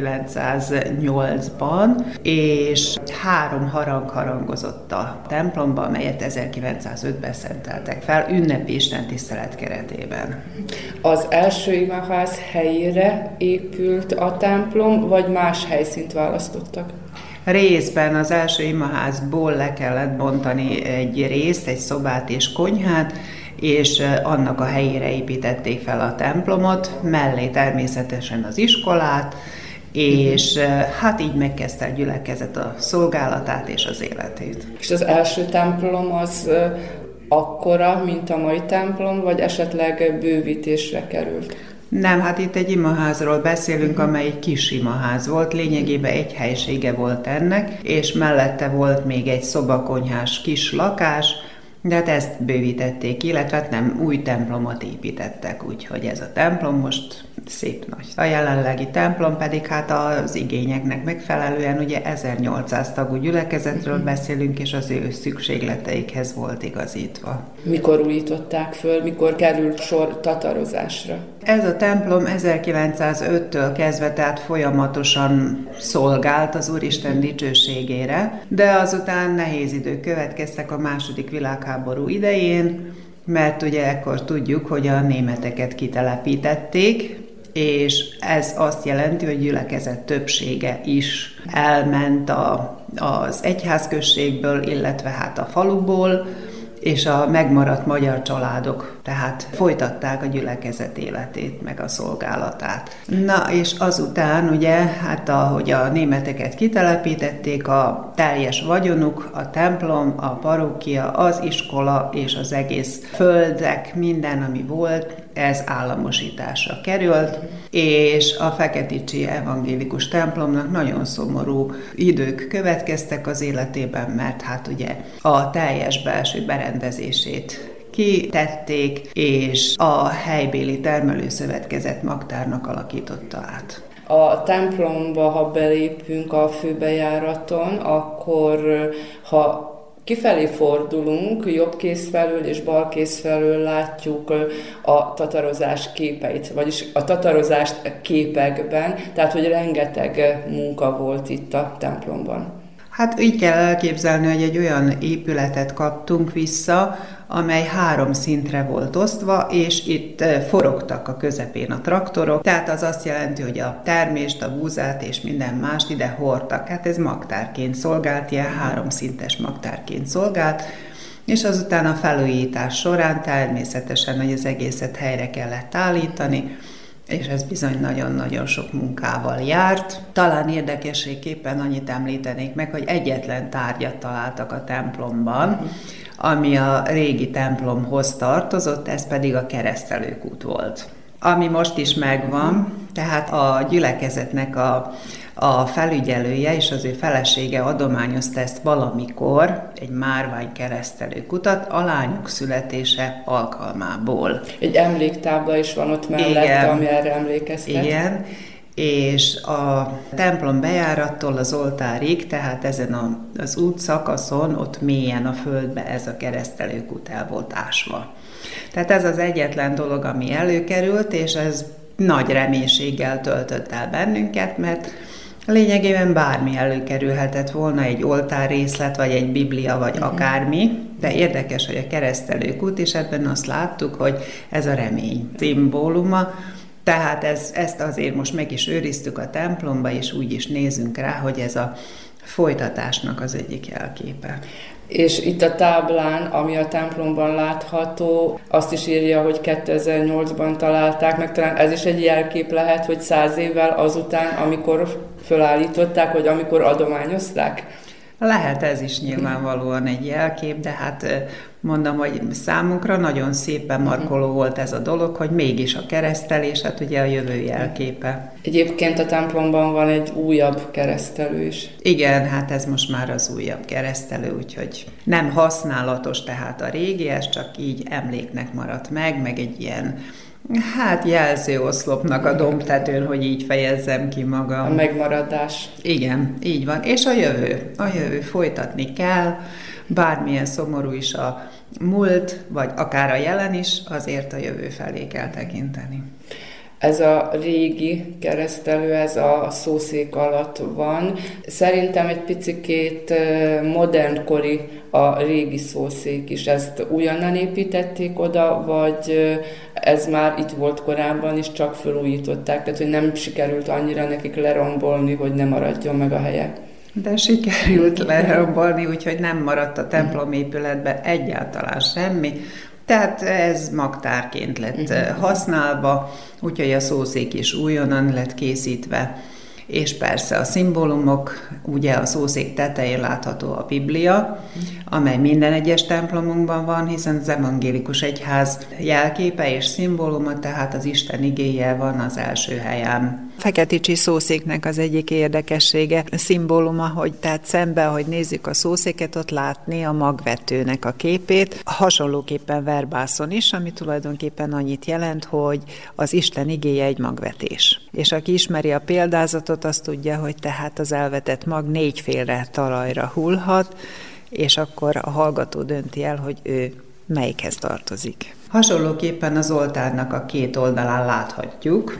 ezerkilencszáznyolcban, és három harang harangozott a templomban, amelyet ezerkilencszázötben szenteltek fel ünnepi istentisztelet keretében. Az első imaház helyére épült a templom, vagy más helyszínt választottak? Részben az első imaházból le kellett bontani egy részt, egy szobát és konyhát, és annak a helyére építették fel a templomot, mellé természetesen az iskolát, és hát így megkezdte a gyülekezet a szolgálatát és az életét. És az első templom az akkora, mint a mai templom, vagy esetleg bővítésre került? Nem, hát itt egy imaházról beszélünk, amely egy kis imaház volt, lényegében egy helysége volt ennek, és mellette volt még egy szobakonyhás kis lakás, de hát ezt bővítették, illetve hát nem új templomot építettek, úgyhogy ez a templom most szép nagy. A jelenlegi templom pedig hát az igényeknek megfelelően ugye ezernyolcszáz tagú gyülekezetről beszélünk, és az ő szükségleteikhez volt igazítva. Mikor újították föl, mikor került sor tatarozásra? Ez a templom ezerkilencszázöttől kezdve tehát folyamatosan szolgált az Úristen dicsőségére, de azután nehéz idők következtek a második világháború idején, mert ugye ekkor tudjuk, hogy a németeket kitelepítették, és ez azt jelenti, hogy gyülekezet többsége is elment a, az egyházközségből, illetve hát a faluból, és a megmaradt magyar családok tehát folytatták a gyülekezet életét, meg a szolgálatát. Na, és azután ugye, hát ahogy a németeket kitelepítették, a teljes vagyonuk, a templom, a parókia, az iskola és az egész földek, minden, ami volt, ez államosításra került, és a Feketicsi evangélikus templomnak nagyon szomorú idők következtek az életében, mert hát ugye a teljes belső berendezését kitették, és a helybéli termelőszövetkezet magtárnak alakította át. A templomba, ha belépünk a főbejáraton, akkor ha kifelé fordulunk, jobb kéz felől és bal kéz felől látjuk a tatarozás képeit, vagyis a tatarozást képekben, tehát hogy rengeteg munka volt itt a templomban. Hát így kell elképzelni, hogy egy olyan épületet kaptunk vissza, amely három szintre volt osztva, és itt forogtak a közepén a traktorok, tehát az azt jelenti, hogy a termést, a búzát és minden mást ide hordtak. Hát ez magtárként szolgált, ilyen háromszintes magtárként szolgált, és azután a felújítás során természetesen, hogy az egészet helyre kellett állítani, és ez bizony nagyon-nagyon sok munkával járt. Talán érdekességképpen annyit említenék meg, hogy egyetlen tárgyat találtak a templomban, ami a régi templomhoz tartozott, ez pedig a keresztelőkút volt. Ami most is megvan, tehát a gyülekezetnek a, a felügyelője és az ő felesége adományozta ezt valamikor, egy márvány keresztelőkutat a lányuk születése alkalmából. Egy emléktábla is van ott mellett, igen, ami erre emlékeztet. Igen, és a templom bejárattól az oltárig, tehát ezen a, az útszakaszon, ott mélyen a földbe ez a keresztelőkút el volt ásva. Tehát ez az egyetlen dolog, ami előkerült, és ez nagy reménységgel töltött el bennünket, mert lényegében bármi előkerülhetett volna, egy oltárrészlet, vagy egy biblia, vagy uh-huh. akármi, de érdekes, hogy a keresztelőkút, és ebben azt láttuk, hogy ez a remény szimbóluma, tehát ez, ezt azért most meg is őriztük a templomba, és úgy is nézünk rá, hogy ez a folytatásnak az egyik jelképe. És itt a táblán, ami a templomban látható, azt is írja, hogy kétezer-nyolcban találták meg, talán ez is egy jelkép lehet, hogy száz évvel azután, amikor fölállították, vagy amikor adományozták? Lehet ez is nyilvánvalóan egy jelkép, de hát mondom, hogy számunkra nagyon szépen markoló volt ez a dolog, hogy mégis a keresztelés, hát ugye a jövő jelképe. Egyébként a templomban van egy újabb keresztelő is. Igen, hát ez most már az újabb keresztelő, úgyhogy nem használatos tehát a régi, ez csak így emléknek maradt meg, meg egy ilyen hát jelzőoszlopnak a dombtetőn, hogy így fejezzem ki magam. A megmaradás. Igen, így van. És a jövő. A jövő folytatni kell, bármilyen szomorú is a múlt, vagy akár a jelen is, azért a jövő felé kell tekinteni. Ez a régi keresztelő, ez a szószék alatt van. Szerintem egy picikét modernkori a régi szószék is. Ezt újonnan építették oda, vagy ez már itt volt korábban is, csak felújították, tehát hogy nem sikerült annyira nekik lerombolni, hogy ne maradjon meg a helye. De sikerült lerombolni, úgyhogy nem maradt a templomépületben egyáltalán semmi. Tehát ez magtárként lett uh-huh. használva, úgyhogy a szószék is újonnan lett készítve. És persze a szimbólumok, ugye a szószék tetején látható a Biblia, amely minden egyes templomunkban van, hiszen az evangélikus egyház jelképe és szimbóluma, tehát az Isten igéje van az első helyen. Feketicsi szószéknek az egyik érdekessége, szimbóluma, hogy tehát szembe, ahogy nézzük a szószéket, ott látni a magvetőnek a képét, hasonlóképpen verbászon is, ami tulajdonképpen annyit jelent, hogy az Isten igéje egy magvetés. És aki ismeri a példázatot, azt tudja, hogy tehát az elvetett mag négyféle talajra hullhat, és akkor a hallgató dönti el, hogy ő melyikhez tartozik. Hasonlóképpen az oltárnak a két oldalán láthatjuk,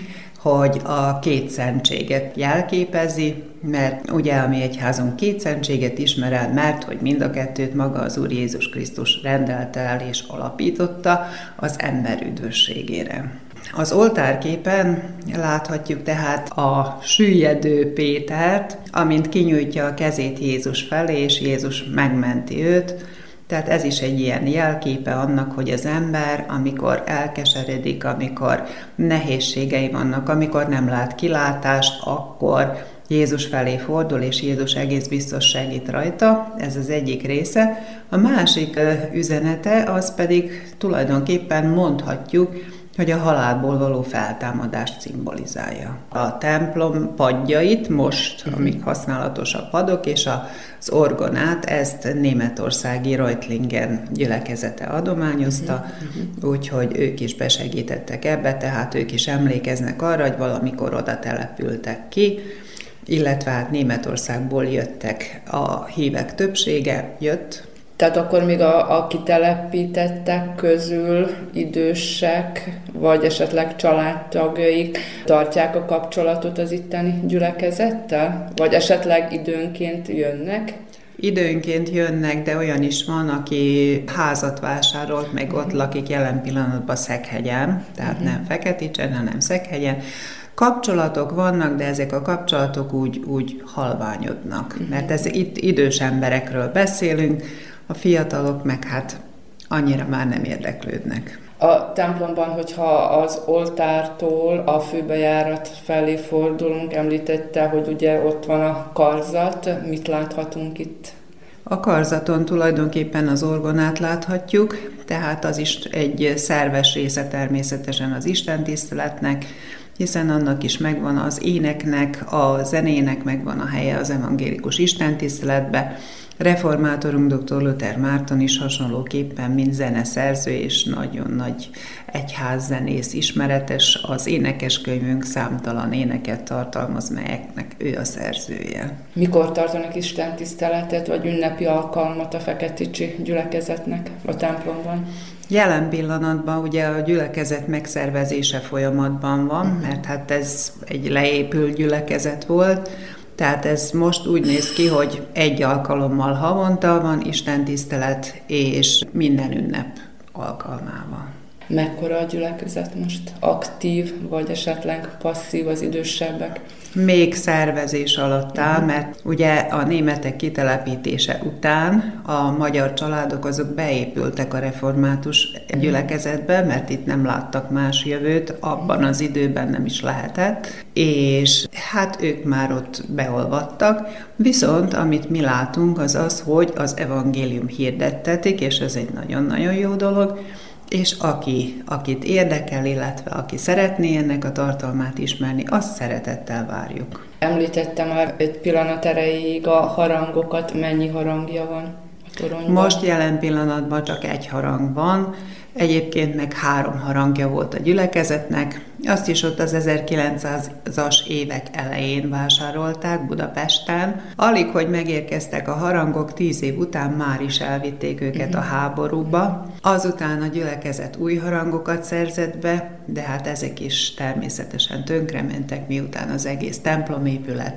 hogy a két szentséget jelképezi, mert ugye a mi egyházunk két szentséget ismer el, mert hogy mind a kettőt maga az Úr Jézus Krisztus rendelte el és alapította az ember üdvösségére. Az oltárképen láthatjuk tehát a süllyedő Pétert, amint kinyújtja a kezét Jézus felé, és Jézus megmenti őt. Tehát ez is egy ilyen jelképe annak, hogy az ember, amikor elkeseredik, amikor nehézségei vannak, amikor nem lát kilátást, akkor Jézus felé fordul, és Jézus egész biztos segít rajta. Ez az egyik része. A másik üzenete az pedig tulajdonképpen mondhatjuk, hogy a halálból való feltámadást szimbolizálja. A templom padjait most, amik használatos a padok, és az orgonát, ezt németországi Reutlingen gyülekezete adományozta, úgyhogy ők is besegítettek ebbe, tehát ők is emlékeznek arra, hogy valamikor oda települtek ki, illetve hát Németországból jöttek a hívek többsége, jött. Tehát akkor még a, a kitelepítettek közül idősek, vagy esetleg családtagjaik tartják a kapcsolatot az itteni gyülekezettel? Vagy esetleg időnként jönnek? Időnként jönnek, de olyan is van, aki házat vásárolt, meg ott lakik jelen pillanatban Szekhegyen, tehát uh-huh. nem Feketicsen, hanem Szekhegyen. Kapcsolatok vannak, de ezek a kapcsolatok úgy, úgy halványodnak, uh-huh. mert ez itt idős emberekről beszélünk, a fiatalok meg hát annyira már nem érdeklődnek. A templomban, hogyha az oltártól a főbejárat felé fordulunk, említette, hogy ugye ott van a karzat, mit láthatunk itt? A karzaton tulajdonképpen az orgonát láthatjuk, tehát az is egy szerves része természetesen az istentiszteletnek, hiszen annak is megvan az éneknek, a zenének megvan a helye az evangélikus istentiszteletbe. Reformátorunk doktor Luther Márton is hasonlóképpen, mint zeneszerző és nagyon nagy egyházzenész ismeretes, az énekeskönyvünk számtalan éneket tartalmaz, melyeknek ő a szerzője. Mikor tartanak istentiszteletet vagy ünnepi alkalmat a feketicsi gyülekezetnek a templomban? Jelen pillanatban ugye a gyülekezet megszervezése folyamatban van, mert hát ez egy leépült gyülekezet volt, tehát ez most úgy néz ki, hogy egy alkalommal havonta van istentisztelet, és minden ünnep alkalmával. Mekkora a gyülekezet most? Aktív, vagy esetleg passzív az idősebbek? Még szervezés alatt áll, mert ugye a németek kitelepítése után a magyar családok azok beépültek a református gyülekezetbe, mert itt nem láttak más jövőt, abban az időben nem is lehetett, és hát ők már ott beolvadtak, viszont amit mi látunk az az, hogy az evangélium hirdettetik, és ez egy nagyon-nagyon jó dolog, és aki, akit érdekel, illetve aki szeretné ennek a tartalmát ismerni, azt szeretettel várjuk. Említettem már egy pillanat erejéig a harangokat, mennyi harangja van a toronyban? Most jelen pillanatban csak egy harang van, egyébként meg három harangja volt a gyülekezetnek, azt is ott az ezerkilencszázas évek elején vásárolták Budapesten. Alig, hogy megérkeztek a harangok, tíz év után már is elvitték őket uh-huh. a háborúba. Azután a gyülekezet új harangokat szerzett be, de hát ezek is természetesen tönkrementek, miután az egész templomépület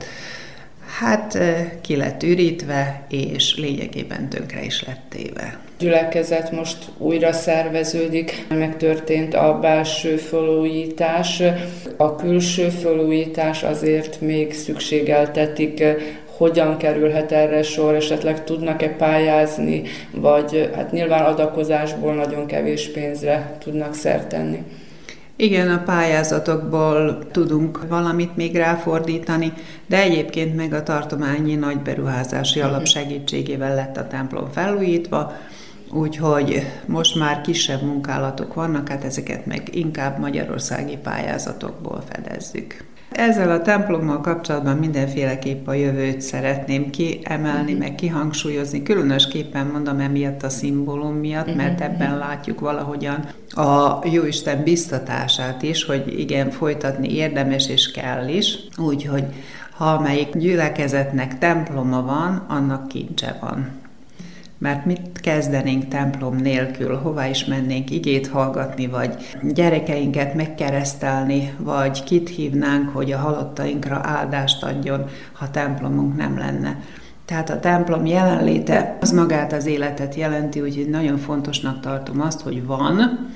hát ki lett ürítve, és lényegében tönkre is lett téve. Gyülekezet most újra szerveződik, megtörtént a belső felújítás, a külső felújítás azért még szükségeltetik. Hogyan kerülhet erre sor, esetleg tudnak-e pályázni, vagy hát nyilván adakozásból nagyon kevés pénzre tudnak szert tenni. Igen, a pályázatokból tudunk valamit még ráfordítani, de egyébként meg a tartományi nagyberuházási alap segítségével lett a templom felújítva, úgyhogy most már kisebb munkálatok vannak, hát ezeket meg inkább magyarországi pályázatokból fedezzük. Ezzel a templommal kapcsolatban mindenféleképp a jövőt szeretném kiemelni, meg kihangsúlyozni. Különösképpen mondom emiatt a szimbólum miatt, mert ebben látjuk valahogyan a Jóisten biztatását is, hogy igen, folytatni érdemes és kell is. Úgyhogy ha amelyik gyülekezetnek temploma van, annak kincse van. Mert mit kezdenénk templom nélkül, hová is mennénk igét hallgatni, vagy gyerekeinket megkeresztelni, vagy kit hívnánk, hogy a halottainkra áldást adjon, ha templomunk nem lenne. Tehát a templom jelenléte az magát az életet jelenti, úgyhogy nagyon fontosnak tartom azt, hogy van,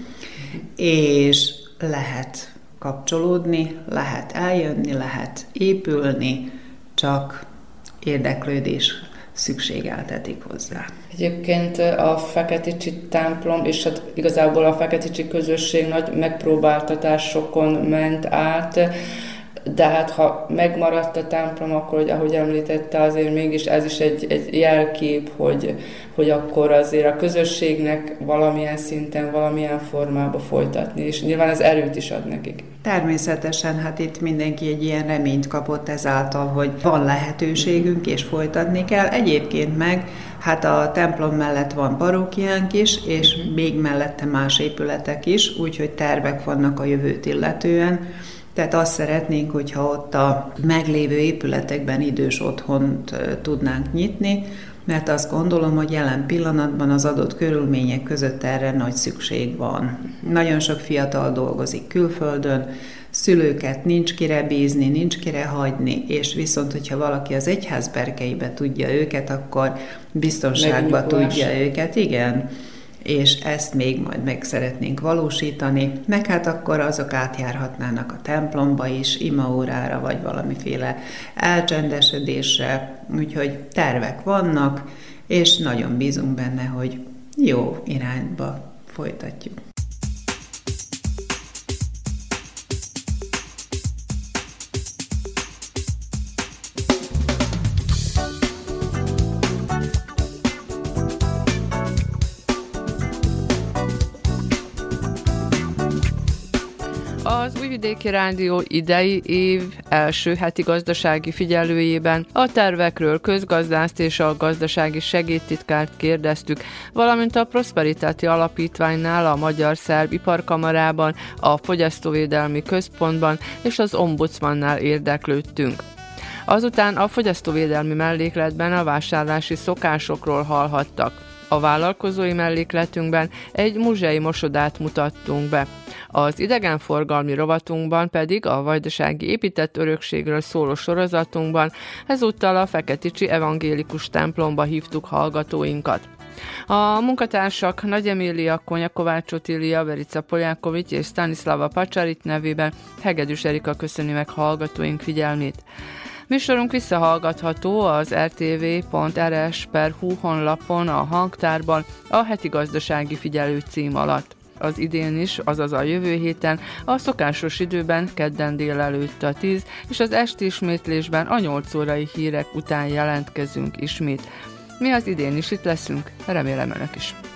és lehet kapcsolódni, lehet eljönni, lehet épülni, csak érdeklődés szükségeltetik hozzá. Egyébként a Feketicsi templom, és hát igazából a Feketicsi közösség nagy megpróbáltatásokon ment át, de hát ha megmaradt a templom, akkor, hogy ahogy említette, azért mégis ez is egy, egy jelkép, hogy, hogy akkor azért a közösségnek valamilyen szinten, valamilyen formában folytatni, és nyilván az erőt is ad nekik. Természetesen, hát itt mindenki egy ilyen reményt kapott ezáltal, hogy van lehetőségünk, és folytatni kell. Egyébként meg, hát a templom mellett van parókiánk is, és még mellette más épületek is, úgyhogy tervek vannak a jövőt illetően. Tehát azt szeretnénk, hogyha ott a meglévő épületekben idős otthont tudnánk nyitni, mert azt gondolom, hogy jelen pillanatban az adott körülmények között erre nagy szükség van. Nagyon sok fiatal dolgozik külföldön, szülőket nincs kire bízni, nincs kire hagyni, és viszont, hogyha valaki az egyház berkeibe tudja őket, akkor biztonságba tudja őket, igen. És ezt még majd meg szeretnénk valósítani, meg hát akkor azok átjárhatnának a templomba is, imaórára, vagy valamiféle elcsendesedésre, úgyhogy tervek vannak, és nagyon bízunk benne, hogy jó irányba folytatjuk. Az Újvidéki Rádió idei év első heti gazdasági figyelőjében a tervekről közgazdászt és a gazdasági segédtitkárt kérdeztük, valamint a Prosperitáti Alapítványnál, a Magyar-Szerb Iparkamarában, a Fogyasztóvédelmi Központban és az Ombudsmannál érdeklődtünk. Azután a fogyasztóvédelmi mellékletben a vásárlási szokásokról hallhattak. A vállalkozói mellékletünkben egy muzsei mosodát mutattunk be. Az idegenforgalmi rovatunkban pedig a vajdasági épített örökségről szóló sorozatunkban ezúttal a Feketicsi evangélikus templomba hívtuk hallgatóinkat. A munkatársak Nagy Emília, Konya Kovács Otília, Verica Poljákovics és Stanislava Pacsarit nevében Hegedűs Erika köszöni meg hallgatóink figyelmét. Műsorunk visszahallgatható az er té vé pont er es pont hú honlapon, a hangtárban, a heti gazdasági figyelő cím alatt. Az idén is, azaz a jövő héten, a szokásos időben kedden délelőtt a tíz, és az esti ismétlésben a nyolc órai hírek után jelentkezünk ismét. Mi az idén is itt leszünk, remélem önök is.